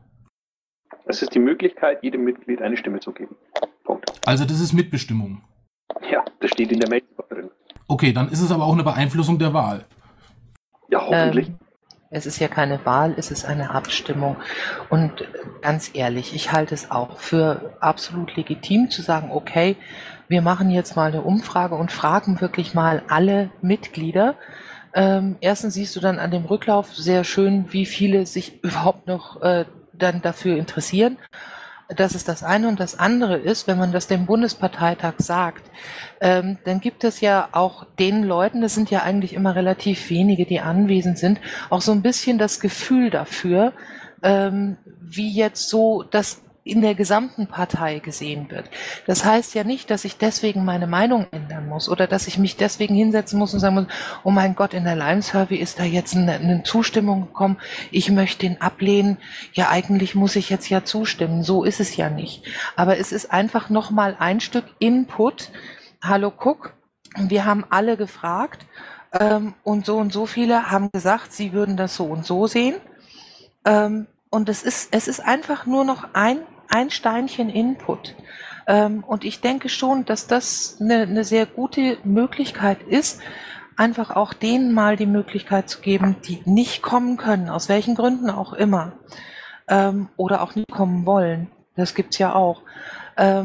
Es ist die Möglichkeit, jedem Mitglied eine Stimme zu geben. Punkt. Also das ist Mitbestimmung. Ja, das steht in der Mail drin. Okay, dann ist es aber auch eine Beeinflussung der Wahl. Ja, hoffentlich. Ähm, es ist ja keine Wahl, es ist eine Abstimmung. Und ganz ehrlich, ich halte es auch für absolut legitim zu sagen, okay, wir machen jetzt mal eine Umfrage und fragen wirklich mal alle Mitglieder. Ähm, erstens siehst du dann an dem Rücklauf sehr schön, wie viele sich überhaupt noch äh, dann dafür interessieren. Das ist das eine. Und das andere ist, wenn man das dem Bundesparteitag sagt, ähm, dann gibt es ja auch den Leuten, das sind ja eigentlich immer relativ wenige, die anwesend sind, auch so ein bisschen das Gefühl dafür, ähm, wie jetzt so das in der gesamten Partei gesehen wird. Das heißt ja nicht, dass ich deswegen meine Meinung ändern muss oder dass ich mich deswegen hinsetzen muss und sagen muss, oh mein Gott, in der Lime-Survey ist da jetzt eine, eine Zustimmung gekommen, ich möchte den ablehnen. Ja, eigentlich muss ich jetzt ja zustimmen. So ist es ja nicht. Aber es ist einfach nochmal ein Stück Input. Hallo, guck, wir haben alle gefragt ähm, und so und so viele haben gesagt, sie würden das so und so sehen. Ähm, und es ist, es ist einfach nur noch ein ein Steinchen Input. Ähm, und ich denke schon, dass das eine, eine sehr gute Möglichkeit ist, einfach auch denen mal die Möglichkeit zu geben, die nicht kommen können, aus welchen Gründen auch immer, ähm, oder auch nicht kommen wollen. Das gibt's ja auch. Ähm,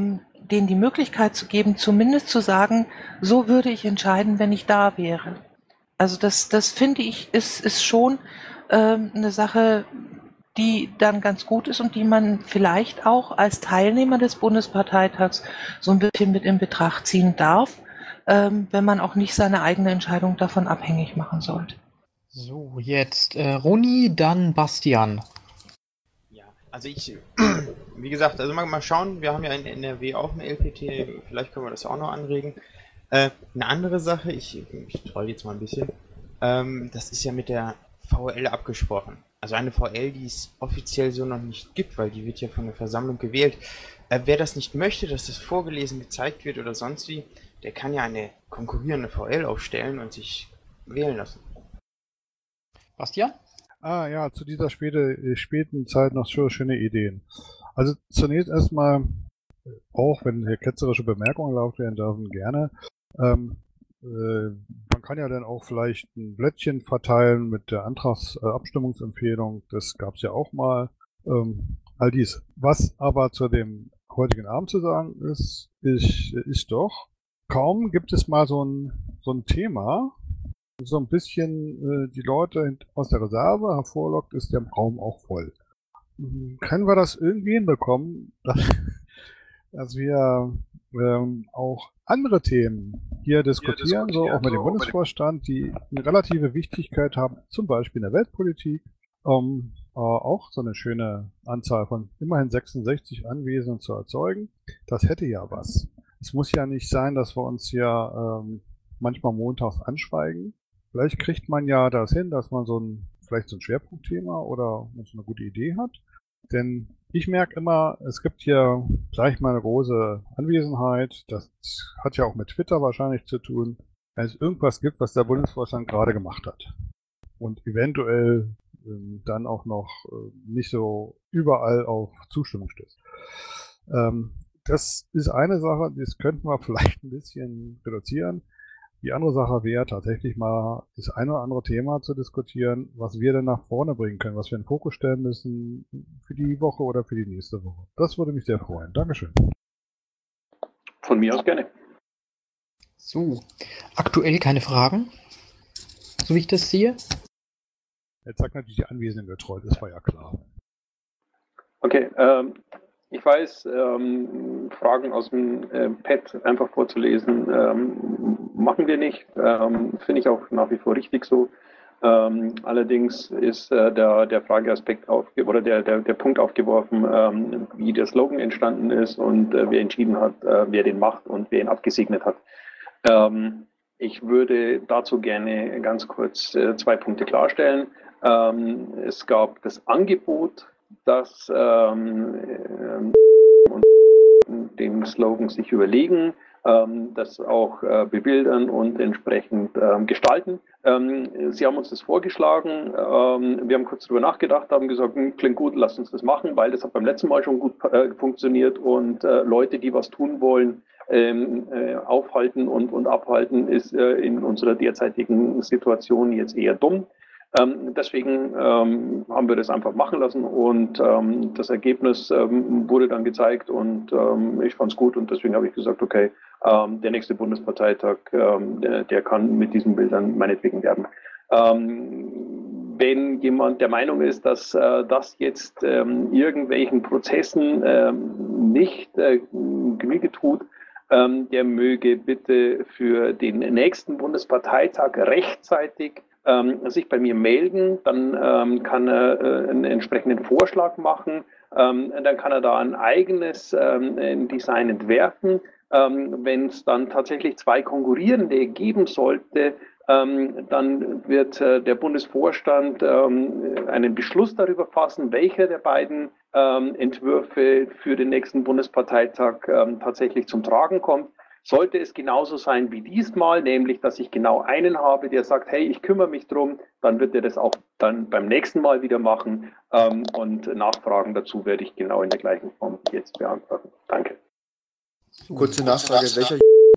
denen die Möglichkeit zu geben, zumindest zu sagen, so würde ich entscheiden, wenn ich da wäre. Also das, das finde ich, ist, ist schon ähm, eine Sache, die dann ganz gut ist und die man vielleicht auch als Teilnehmer des Bundesparteitags so ein bisschen mit in Betracht ziehen darf, ähm, wenn man auch nicht seine eigene Entscheidung davon abhängig machen sollte. So, jetzt äh, Roni, dann Bastian. Ja, also ich, wie gesagt, also mal, mal schauen, wir haben ja in N R W auch eine L P T, vielleicht können wir das auch noch anregen. Äh, eine andere Sache, ich, ich troll jetzt mal ein bisschen, ähm, das ist ja mit der V L abgesprochen. Also eine V L, die es offiziell so noch nicht gibt, weil die wird ja von der Versammlung gewählt. Äh, wer das nicht möchte, dass das vorgelesen gezeigt wird oder sonst wie, der kann ja eine konkurrierende V L aufstellen und sich wählen lassen. Bastian? Ah ja, zu dieser späte, späten Zeit noch so schöne Ideen. Also zunächst erstmal, auch wenn hier ketzerische Bemerkungen erlaubt werden dürfen, gerne. Ähm, äh, man kann ja dann auch vielleicht ein Blättchen verteilen mit der Antragsabstimmungsempfehlung. Äh, das gab es ja auch mal. Ähm, all dies. Was aber zu dem heutigen Abend zu sagen ist, ist, ist doch, kaum gibt es mal so ein, so ein Thema, so ein bisschen äh, die Leute aus der Reserve hervorlockt, ist der Raum auch voll. Mhm. Können wir das irgendwie hinbekommen, dass, dass wir ähm, auch andere Themen hier diskutieren, hier diskutieren so auch mit dem so Bundesvorstand, die eine relative Wichtigkeit haben, zum Beispiel in der Weltpolitik, um äh, auch so eine schöne Anzahl von immerhin sechsundsechzig Anwesenden zu erzeugen. Das hätte ja was. Es muss ja nicht sein, dass wir uns hier ähm, manchmal montags anschweigen. Vielleicht kriegt man ja das hin, dass man so ein, vielleicht so ein Schwerpunktthema oder so eine gute Idee hat. Denn ich merke immer, es gibt hier gleich mal eine große Anwesenheit. Das hat ja auch mit Twitter wahrscheinlich zu tun. Wenn es irgendwas gibt, was der Bundesvorstand gerade gemacht hat. Und eventuell ähm, dann auch noch äh, nicht so überall auf Zustimmung stößt. Ähm, das ist eine Sache, das könnten wir vielleicht ein bisschen reduzieren. Die andere Sache wäre tatsächlich mal das eine oder andere Thema zu diskutieren, was wir denn nach vorne bringen können, was wir in den Fokus stellen müssen für die Woche oder für die nächste Woche. Das würde mich sehr freuen. Dankeschön. Von mir aus gerne. So, aktuell keine Fragen, so wie ich das sehe. Jetzt sagt natürlich die Anwesenden getreut, das war ja klar. Okay, ähm, ich weiß, ähm, Fragen aus dem äh, Pad einfach vorzulesen, ähm, machen wir nicht. Ähm, Finde ich auch nach wie vor richtig so. Ähm, allerdings ist äh, der, der Frageaspekt auf, oder der, der, der Punkt aufgeworfen, ähm, wie der Slogan entstanden ist und äh, wer entschieden hat, äh, wer den macht und wer ihn abgesegnet hat. Ähm, ich würde dazu gerne ganz kurz äh, zwei Punkte klarstellen. Ähm, es gab das Angebot, dass ähm, und den Slogan sich überlegen, ähm, das auch äh, bebildern und entsprechend ähm, gestalten. Ähm, Sie haben uns das vorgeschlagen, ähm, wir haben kurz drüber nachgedacht, haben gesagt, klingt gut, lasst uns das machen, weil das hat beim letzten Mal schon gut äh, funktioniert und äh, Leute, die was tun wollen, ähm, äh, aufhalten und, und abhalten, ist äh, in unserer derzeitigen Situation jetzt eher dumm. Ähm, deswegen ähm, haben wir das einfach machen lassen und ähm, das Ergebnis ähm, wurde dann gezeigt und ähm, ich fand es gut und deswegen habe ich gesagt, okay, ähm, der nächste Bundesparteitag, ähm, der, der kann mit diesen Bildern meinetwegen werben. Ähm, wenn jemand der Meinung ist, dass äh, das jetzt ähm, irgendwelchen Prozessen ähm, nicht äh, Genüge tut, ähm, der möge bitte für den nächsten Bundesparteitag rechtzeitig Ähm, sich bei mir melden, dann ähm, kann er äh, einen entsprechenden Vorschlag machen, ähm, dann kann er da ein eigenes ähm, Design entwerfen. Ähm, wenn es dann tatsächlich zwei konkurrierende geben sollte, ähm, dann wird äh, der Bundesvorstand ähm, einen Beschluss darüber fassen, welcher der beiden ähm, Entwürfe für den nächsten Bundesparteitag ähm, tatsächlich zum Tragen kommt. Sollte es genauso sein wie diesmal, nämlich, dass ich genau einen habe, der sagt, hey, ich kümmere mich drum, dann wird er das auch dann beim nächsten Mal wieder machen ähm, und Nachfragen dazu werde ich genau in der gleichen Form jetzt beantworten. Danke. Kurze Nachfrage, welcher...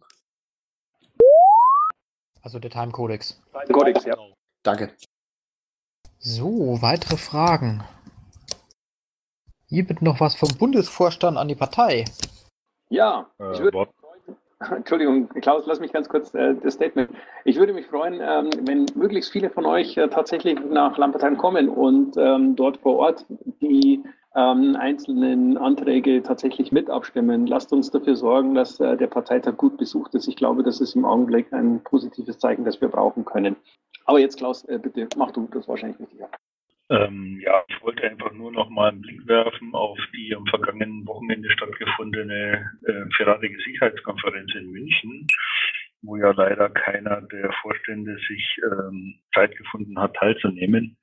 Also der Time Codex. Time Codex, ja. Danke. So, weitere Fragen. Hier wird noch was vom Bundesvorstand an die Partei. Ja, ich Äh, würde Wort. Entschuldigung, Klaus, lass mich ganz kurz äh, das Statement. Ich würde mich freuen, ähm, wenn möglichst viele von euch äh, tatsächlich nach Lampertheim kommen und ähm, dort vor Ort die ähm, einzelnen Anträge tatsächlich mit abstimmen. Lasst uns dafür sorgen, dass äh, der Parteitag gut besucht ist. Ich glaube, das ist im Augenblick ein positives Zeichen, das wir brauchen können. Aber jetzt, Klaus, äh, bitte, mach du das wahrscheinlich wichtiger. Ähm, ja, ich wollte einfach nur noch mal einen Blick werfen auf die am vergangenen Wochenende stattgefundene äh, vierradige Sicherheitskonferenz in München, wo ja leider keiner der Vorstände sich ähm, Zeit gefunden hat, teilzunehmen.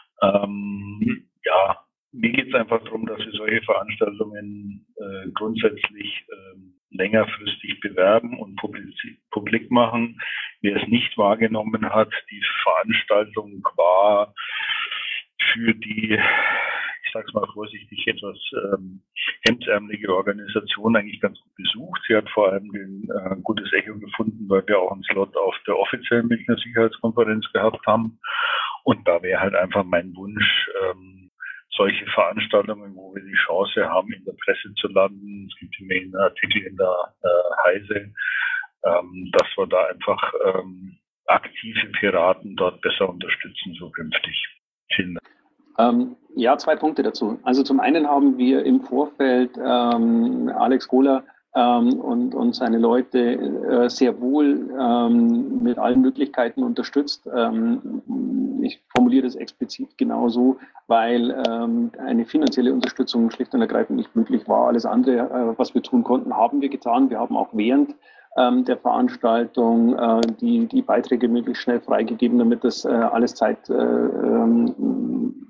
Ähm, ja, mir geht es einfach darum, dass wir solche Veranstaltungen äh, grundsätzlich äh, längerfristig bewerben und publik, publik machen. Wer es nicht wahrgenommen hat, die Veranstaltung war für die, ich sag's mal vorsichtig, etwas ähm, hemdsärmelige Organisation eigentlich ganz gut besucht. Sie hat vor allem ein äh, gutes Echo gefunden, weil wir auch einen Slot auf der offiziellen Münchner Sicherheitskonferenz gehabt haben. Und da wäre halt einfach mein Wunsch, ähm, solche Veranstaltungen, wo wir die Chance haben, in der Presse zu landen, es gibt immerhin einen Artikel in der äh, Heise, ähm, dass wir da einfach ähm, aktive Piraten dort besser unterstützen zukünftig. Vielen Dank. Ähm, ja, zwei Punkte dazu. Also zum einen haben wir im Vorfeld ähm, Alex Gohler ähm, und, und seine Leute äh, sehr wohl ähm, mit allen Möglichkeiten unterstützt. Ähm, ich formuliere das explizit genauso, weil ähm, eine finanzielle Unterstützung schlicht und ergreifend nicht möglich war. Alles andere, äh, was wir tun konnten, haben wir getan. Wir haben auch während ähm, der Veranstaltung äh, die, die Beiträge möglichst schnell freigegeben, damit das äh, alles Zeit äh, ähm,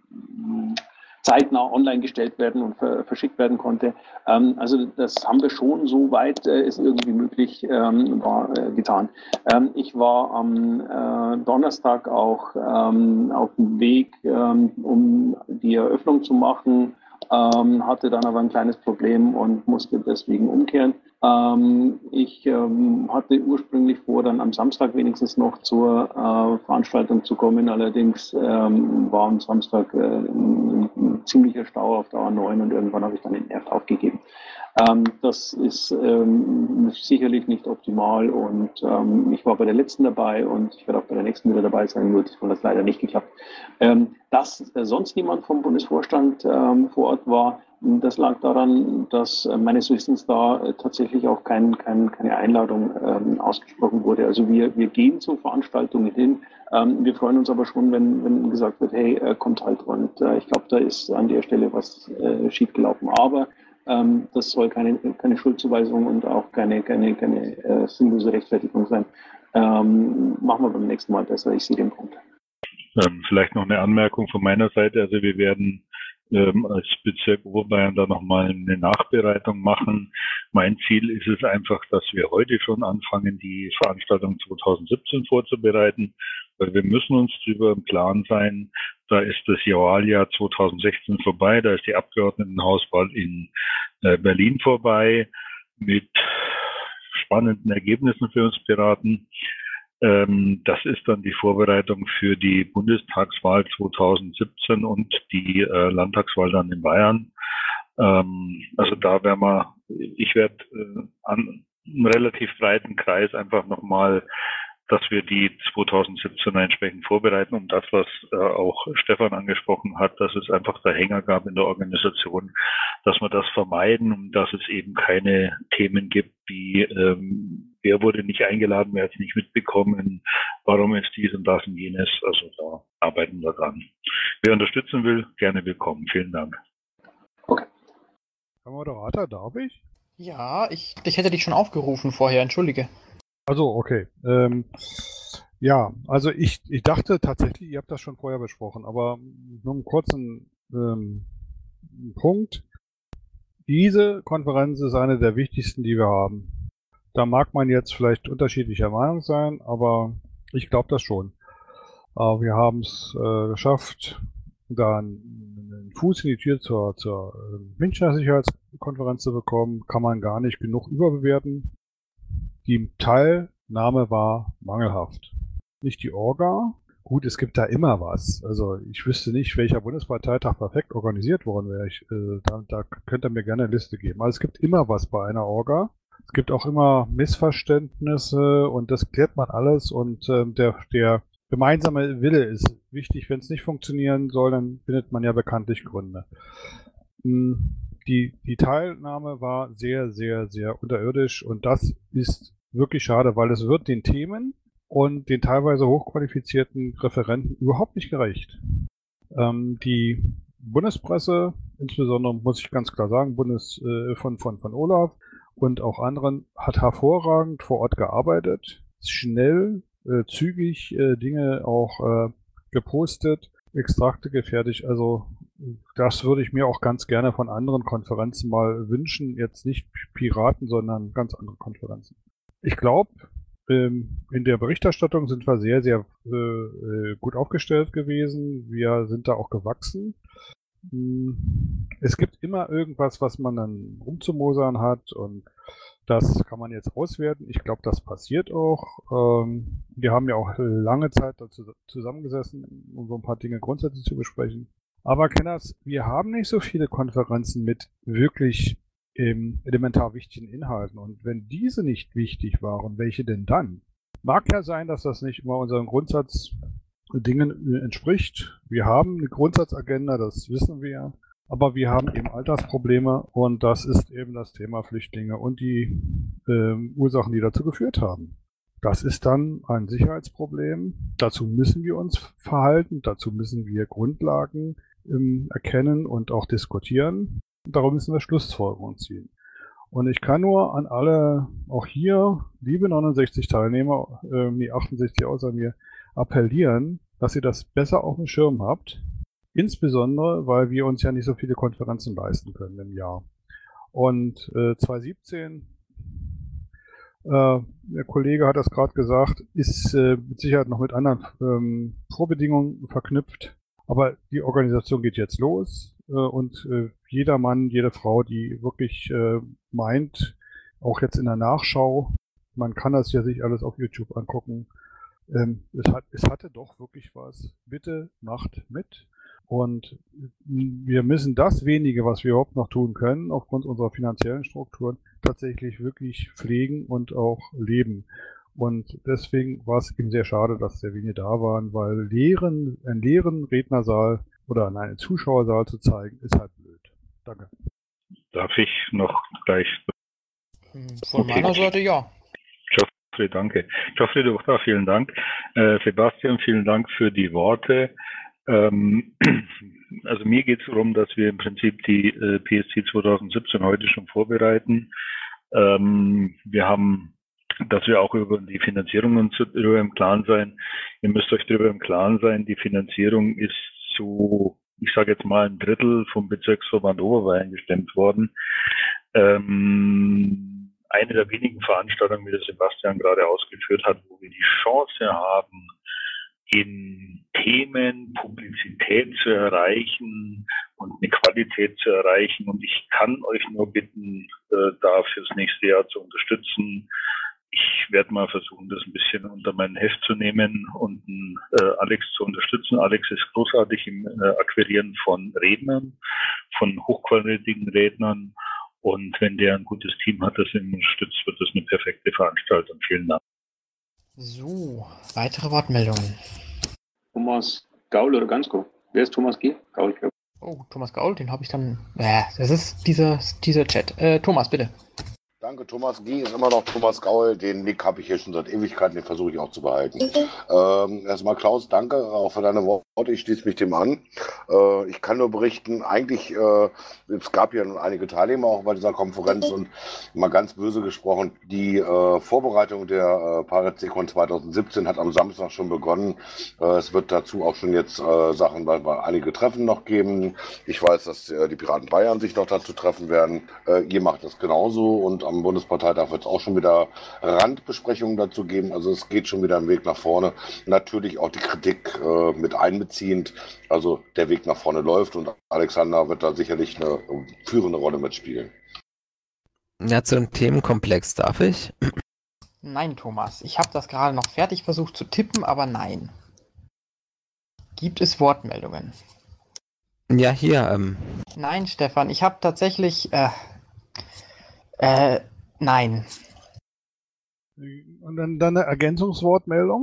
zeitnah online gestellt werden und ver verschickt werden konnte. Ähm, also das haben wir schon so weit äh, es irgendwie möglich ähm, war, äh, getan. Ähm, ich war am äh, Donnerstag auch ähm, auf dem Weg, ähm, um die Eröffnung zu machen, ähm, hatte dann aber ein kleines Problem und musste deswegen umkehren. Ähm, ich ähm, hatte ursprünglich vor, dann am Samstag wenigstens noch zur äh, Veranstaltung zu kommen. Allerdings ähm, war am Samstag äh, ein, ein ziemlicher Stau auf der A neun und irgendwann habe ich dann den Nerv aufgegeben. Ähm, das ist ähm, sicherlich nicht optimal und ähm, ich war bei der letzten dabei und ich werde auch bei der nächsten wieder dabei sein, nur das hat leider nicht geklappt. Ähm, dass äh, sonst niemand vom Bundesvorstand ähm, vor Ort war, das lag daran, dass äh, meines Wissens da äh, tatsächlich auch kein, kein, keine Einladung ähm, ausgesprochen wurde. Also wir, wir gehen zu Veranstaltungen hin. Ähm, wir freuen uns aber schon, wenn, wenn gesagt wird, hey, äh, kommt halt. Und äh, ich glaube, da ist an der Stelle was äh, schiefgelaufen. Aber ähm, das soll keine, keine Schuldzuweisung und auch keine, keine, keine äh, sinnlose Rechtfertigung sein. Ähm, machen wir beim nächsten Mal besser. Ich sehe den Punkt. Ähm, vielleicht noch eine Anmerkung von meiner Seite. Also wir werden ähm, als Bezirk Oberbayern da nochmal eine Nachbereitung machen. Mein Ziel ist es einfach, dass wir heute schon anfangen, die Veranstaltung zweitausendsiebzehn vorzubereiten, weil wir müssen uns darüber im Klaren sein, da ist das Wahljahr zweitausendsechzehn vorbei, da ist die Abgeordnetenhauswahl in äh, Berlin vorbei mit spannenden Ergebnissen für uns Piraten. Ähm, das ist dann die Vorbereitung für die Bundestagswahl zweitausendsiebzehn und die äh, Landtagswahl dann in Bayern. Ähm, also da werden wir, ich werde äh, an einem relativ breiten Kreis einfach nochmal, dass wir die zweitausendsiebzehn entsprechend vorbereiten, um das, was äh, auch Stefan angesprochen hat, dass es einfach da Hänger gab in der Organisation, dass wir das vermeiden und dass es eben keine Themen gibt wie ähm, wer wurde nicht eingeladen, wer hat es nicht mitbekommen, warum ist dies und das und jenes. Also da arbeiten wir dran. Wer unterstützen will, gerne willkommen. Vielen Dank. Okay. Herr Moderator, darf ich? Ja, ich, ich hätte dich schon aufgerufen vorher, entschuldige. Also, okay. Ähm, ja, also ich, ich dachte tatsächlich, ihr habt das schon vorher besprochen, aber nur einen kurzen ähm, Punkt. Diese Konferenz ist eine der wichtigsten, die wir haben. Da mag man jetzt vielleicht unterschiedlicher Meinung sein, aber ich glaube das schon. Äh, wir haben es äh, geschafft, da einen, einen Fuß in die Tür zur, zur äh, Münchner Sicherheitskonferenz zu bekommen. Kann man gar nicht genug überbewerten. Die Teilnahme war mangelhaft. Nicht die Orga. gut, es gibt da immer was. Also ich wüsste nicht, welcher Bundesparteitag perfekt organisiert worden wäre. Ich, äh, da, da könnt ihr mir gerne eine Liste geben. Also es gibt immer was bei einer Orga. Es gibt auch immer Missverständnisse und das klärt man alles und äh, der, der gemeinsame Wille ist wichtig. Wenn es nicht funktionieren soll, dann findet man ja bekanntlich Gründe. Die, die Teilnahme war sehr, sehr, sehr unterirdisch und das ist wirklich schade, weil es wird den Themen und den teilweise hochqualifizierten Referenten überhaupt nicht gerecht. Ähm, die Bundespresse, insbesondere muss ich ganz klar sagen, Bundes, äh, von, von, von Olaf und auch anderen, hat hervorragend vor Ort gearbeitet, schnell, äh, zügig äh, Dinge auch äh, gepostet, Extrakte gefertigt. Also das würde ich mir auch ganz gerne von anderen Konferenzen mal wünschen. Jetzt nicht Piraten, sondern ganz andere Konferenzen. Ich glaube, ähm, in der Berichterstattung sind wir sehr, sehr äh, gut aufgestellt gewesen. Wir sind da auch gewachsen. Es gibt immer irgendwas, was man dann rumzumosern hat und das kann man jetzt auswerten. Ich glaube, das passiert auch. Ähm, wir haben ja auch lange Zeit dazu zusammengesessen, um so ein paar Dinge grundsätzlich zu besprechen. Aber Kenners, wir haben nicht so viele Konferenzen mit wirklich ähm, elementar wichtigen Inhalten. Und wenn diese nicht wichtig waren, welche denn dann? Mag ja sein, dass das nicht immer unseren Grundsatzdingen entspricht. Wir haben eine Grundsatzagenda, das wissen wir. Aber wir haben eben Alltagsprobleme und das ist eben das Thema Flüchtlinge und die ähm, Ursachen, die dazu geführt haben. Das ist dann ein Sicherheitsproblem. Dazu müssen wir uns verhalten, dazu müssen wir Grundlagen ähm, erkennen und auch diskutieren. Und darum müssen wir Schlussfolgerungen ziehen. Und ich kann nur an alle, auch hier, liebe neunundsechzig Teilnehmer, äh, die achtundsechzig außer mir, appellieren, dass ihr das besser auf dem Schirm habt. Insbesondere, weil wir uns ja nicht so viele Konferenzen leisten können im Jahr. Und äh, zwanzig siebzehn, äh, der Kollege hat das gerade gesagt, ist äh, mit Sicherheit noch mit anderen ähm, Vorbedingungen verknüpft. Aber die Organisation geht jetzt los äh, und äh, jeder Mann, jede Frau, die wirklich äh, meint, auch jetzt in der Nachschau, man kann das ja sich alles auf YouTube angucken, ähm, es, hat, es hatte doch wirklich was. Bitte macht mit. Und wir müssen das wenige, was wir überhaupt noch tun können, aufgrund unserer finanziellen Strukturen, tatsächlich wirklich pflegen und auch leben. Und deswegen war es eben sehr schade, dass sehr wenige da waren, weil leeren, einen leeren Rednersaal oder einen Zuschauersaal zu zeigen, ist halt blöd. Danke. Darf ich noch gleich... Von okay. meiner Seite ja. Geoffrey, danke. Geoffrey, du auch da, vielen Dank. Äh, Sebastian, vielen Dank für die Worte. Also mir geht es darum, dass wir im Prinzip die äh, P S C zwanzig siebzehn heute schon vorbereiten. Ähm, wir haben, dass wir auch über die Finanzierung uns darüber im Klaren sein. Ihr müsst euch darüber im Klaren sein, die Finanzierung ist zu, ich sage jetzt mal, ein Drittel vom Bezirksverband Oberbayern gestemmt worden. Ähm, eine der wenigen Veranstaltungen, wie der Sebastian gerade ausgeführt hat, wo wir die Chance haben, in Themen Publizität zu erreichen und eine Qualität zu erreichen. Und ich kann euch nur bitten, äh, da fürs nächste Jahr zu unterstützen. Ich werde mal versuchen, das ein bisschen unter mein Heft zu nehmen und äh, Alex zu unterstützen. Alex ist großartig im äh, Akquirieren von Rednern, von hochqualitigen Rednern. Und wenn der ein gutes Team hat, das ihn unterstützt, wird das eine perfekte Veranstaltung. Vielen Dank. So, weitere Wortmeldungen. Thomas Gaul oder Gansko? Wer ist Thomas G? Gaul, glaube ich. Oh, Thomas Gaul, den habe ich dann... Äh, das ist dieser, dieser Chat. Äh, Thomas, bitte. Danke, Thomas G. ist immer noch Thomas Gaul. Den Nick habe ich hier schon seit Ewigkeiten, den versuche ich auch zu behalten. Ähm, erstmal Klaus, danke auch für deine Worte. Ich schließe mich dem an. Äh, ich kann nur berichten, eigentlich, äh, es gab ja einige Teilnehmer auch bei dieser Konferenz und mal ganz böse gesprochen, die äh, Vorbereitung der äh, ParetSecon zwanzig siebzehn hat am Samstag schon begonnen. Äh, es wird dazu auch schon jetzt äh, Sachen, weil wir einige Treffen noch geben. Ich weiß, dass äh, die Piraten Bayern sich noch dazu treffen werden. Äh, ihr macht das genauso und am Bundesparteitag wird es auch schon wieder Randbesprechungen dazu geben. Also es geht schon wieder ein Weg nach vorne. Natürlich auch die Kritik äh, mit einbeziehend. Also der Weg nach vorne läuft und Alexander wird da sicherlich eine führende Rolle mitspielen. Ja, zu einem Themenkomplex darf ich? Nein, Thomas. Ich habe das gerade noch fertig versucht zu tippen, aber nein. Gibt es Wortmeldungen? Ja, hier. Ähm, Nein, Stefan, ich habe tatsächlich. Äh, äh, nein. Und dann, dann eine Ergänzungswortmeldung.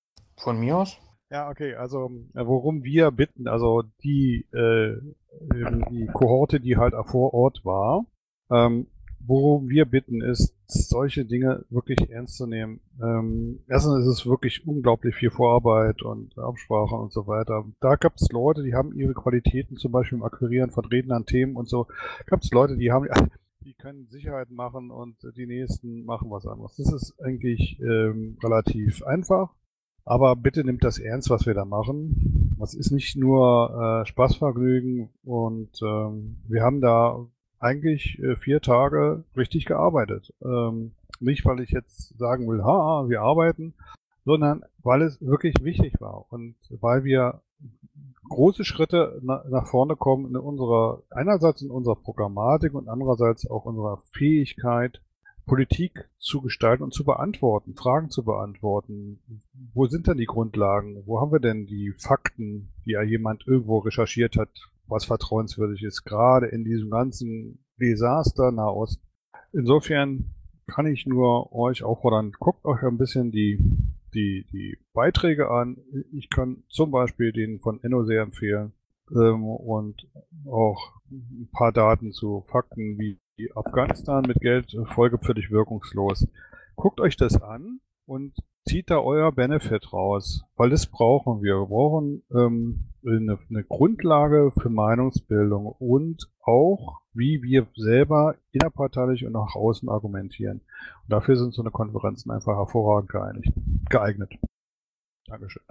Von mir aus? Ja, okay, also äh, worum wir bitten, also die, äh, ähm, die Kohorte, die halt vor Ort war, ähm, worum wir bitten, ist, solche Dinge wirklich ernst zu nehmen. Ähm, erstens ist es wirklich unglaublich viel Vorarbeit und Absprache und so weiter. Da gab es Leute, die haben ihre Qualitäten, zum Beispiel im Akquirieren von redenden Themen und so. Gab es Leute, die haben, die können Sicherheit machen und die nächsten machen was anderes. Das ist eigentlich ähm, relativ einfach. Aber bitte nimmt das ernst, was wir da machen. Das ist nicht nur äh, Spaßvergnügen und ähm, wir haben da eigentlich äh, vier Tage richtig gearbeitet. Ähm, nicht, weil ich jetzt sagen will, ha, wir arbeiten, sondern weil es wirklich wichtig war und weil wir große Schritte na, nach vorne kommen in unserer, einerseits in unserer Programmatik und andererseits auch unserer Fähigkeit, Politik zu gestalten und zu beantworten, Fragen zu beantworten. Wo sind denn die Grundlagen? Wo haben wir denn die Fakten, die ja jemand irgendwo recherchiert hat, was vertrauenswürdig ist, gerade in diesem ganzen Desaster Nahost? Insofern kann ich nur euch auffordern, guckt euch ein bisschen die, die, die Beiträge an. Ich kann zum Beispiel den von Enno sehr empfehlen ähm, und auch ein paar Daten zu Fakten wie Afghanistan mit Geld folgepflichtig wirkungslos. Guckt euch das an und zieht da euer Benefit raus, weil das brauchen wir. Wir brauchen ähm, eine, eine Grundlage für Meinungsbildung und auch, wie wir selber innerparteilich und nach außen argumentieren. Und dafür sind so eine Konferenzen einfach hervorragend geeinigt, geeignet. Dankeschön.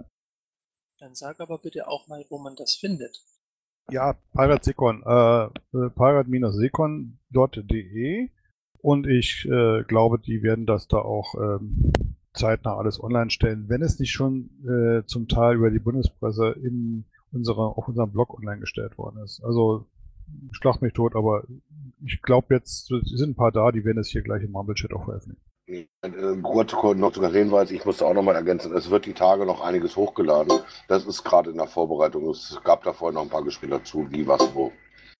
Dann sag aber bitte auch mal, wo man das findet. Ja, Pirate Secon, äh, pirate-secon punkt de und ich äh, glaube, die werden das da auch ähm, zeitnah alles online stellen, wenn es nicht schon äh, zum Teil über die Bundespresse in unserer, auf unserem Blog online gestellt worden ist. Also schlag mich tot, aber ich glaube jetzt, sind ein paar da, die werden es hier gleich im Mumble-Chat auch veröffentlichen. Kurz noch zu den Hinweis, ich musste auch nochmal ergänzen, es wird die Tage noch einiges hochgeladen. Das ist gerade in der Vorbereitung. Es gab da vorher noch ein paar Gespräche dazu, wie, was, wo.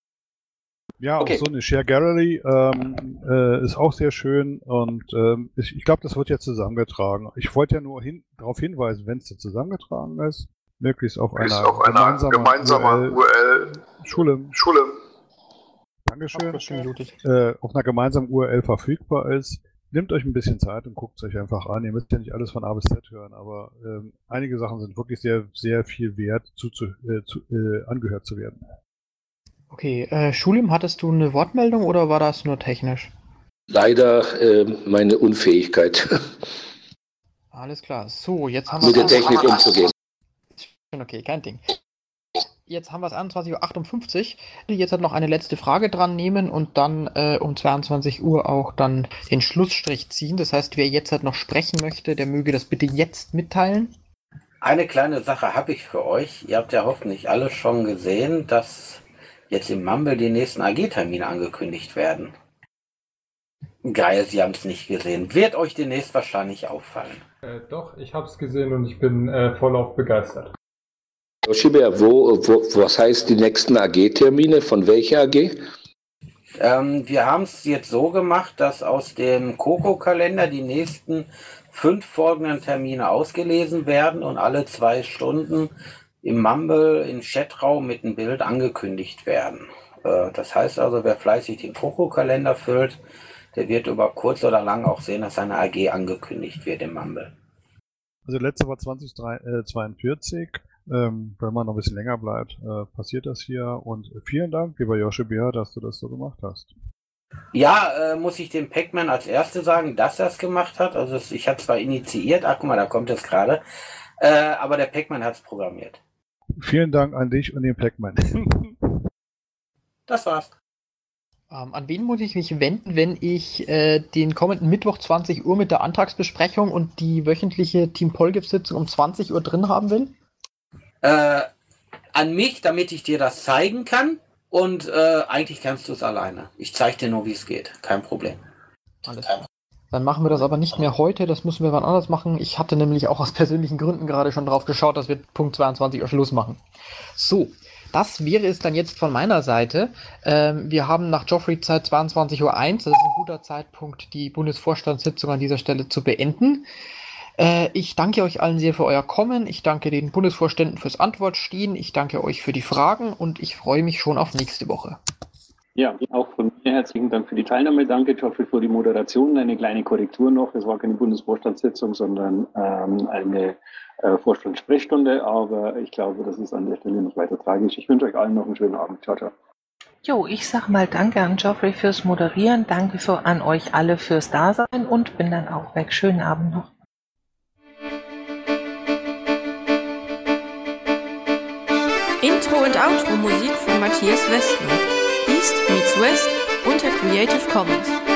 Ja, Okay. auch so eine Share Gallery ähm, äh, ist auch sehr schön und ähm, ich, ich glaube, das wird ja zusammengetragen. Ich wollte ja nur hin, darauf hinweisen, wenn es ja zusammengetragen ist, möglichst auf einer, auf einer gemeinsamen gemeinsamen U R L. U R L. Schule. Schule. Dankeschön. Äh, auf einer gemeinsamen U R L verfügbar ist. Nehmt euch ein bisschen Zeit und guckt es euch einfach an. Ihr müsst ja nicht alles von A bis Z hören, aber ähm, einige Sachen sind wirklich sehr, sehr viel wert, zu, zu, äh, zu, äh, angehört zu werden. Okay, äh, Schulim, hattest du eine Wortmeldung oder war das nur technisch? Leider äh, meine Unfähigkeit, Alles klar. So, jetzt haben wir mit der Technik umzugehen. Schon okay, kein Ding. Jetzt haben wir es einundzwanzig Uhr achtundfünfzig. Jetzt hat noch eine letzte Frage dran nehmen und dann äh, um zweiundzwanzig Uhr auch dann den Schlussstrich ziehen. Das heißt, wer jetzt halt noch sprechen möchte, der möge das bitte jetzt mitteilen. Eine kleine Sache habe ich für euch. Ihr habt ja hoffentlich alle schon gesehen, dass jetzt im Mumble die nächsten A G-Termine angekündigt werden. Geil, Sie haben es nicht gesehen. Wird euch demnächst wahrscheinlich auffallen. Äh, doch, ich habe es gesehen und ich bin äh, vollauf begeistert. Yoshibär, wo, wo, was heißt die nächsten A G-Termine? Von welcher A G? Ähm, wir haben es jetzt so gemacht, dass aus dem Coco-Kalender die nächsten fünf folgenden Termine ausgelesen werden und alle zwei Stunden im Mumble, im Chatraum mit einem Bild angekündigt werden. Äh, das heißt also, wer fleißig den Coco-Kalender füllt, der wird über kurz oder lang auch sehen, dass seine A G angekündigt wird im Mumble. Also letzte war zwanzig zweiundvierzig. Ähm, wenn man noch ein bisschen länger bleibt, äh, passiert das hier. Und vielen Dank, lieber Yoshibär, dass du das so gemacht hast. Ja, äh, muss ich dem Pac-Man als Erste sagen, dass er es gemacht hat. Also ich habe zwar initiiert, ach guck mal, da kommt es gerade, äh, aber der Pac-Man hat es programmiert. Vielen Dank an dich und den Pac-Man. Das war's. Ähm, an wen muss ich mich wenden, wenn ich äh, den kommenden Mittwoch zwanzig Uhr mit der Antragsbesprechung und die wöchentliche Team Polgif-Sitzung um zwanzig Uhr drin haben will? Äh, an mich, damit ich dir das zeigen kann. Und äh, eigentlich kannst du es alleine. Ich zeige dir nur, wie es geht. Kein Problem. Alles klar. Dann machen wir das aber nicht mehr heute, das müssen wir wann anders machen. Ich hatte nämlich auch aus persönlichen Gründen gerade schon drauf geschaut, dass wir Punkt zweiundzwanzig Uhr Schluss machen. So, das wäre es dann jetzt von meiner Seite. Ähm, wir haben nach Joffrey-Zeit zweiundzwanzig Uhr eins, das ist ein guter Zeitpunkt, die Bundesvorstandssitzung an dieser Stelle zu beenden. Äh, ich danke euch allen sehr für euer Kommen, ich danke den Bundesvorständen fürs Antwortstehen, ich danke euch für die Fragen und ich freue mich schon auf nächste Woche. Ja, auch von mir herzlichen Dank für die Teilnahme. Danke, Geoffrey, für die Moderation. Eine kleine Korrektur noch. Es war keine Bundesvorstandssitzung, sondern ähm, eine äh, Vorstandssprechstunde. Aber ich glaube, das ist an der Stelle nicht weiter tragisch. Ich wünsche euch allen noch einen schönen Abend. Ciao, ciao. Jo, ich sag mal danke an Geoffrey fürs Moderieren. Danke für, an euch alle fürs Dasein und bin dann auch weg. Schönen Abend noch. Intro und Outro Musik von Matthias Westner. East meets West unter Creative Commons.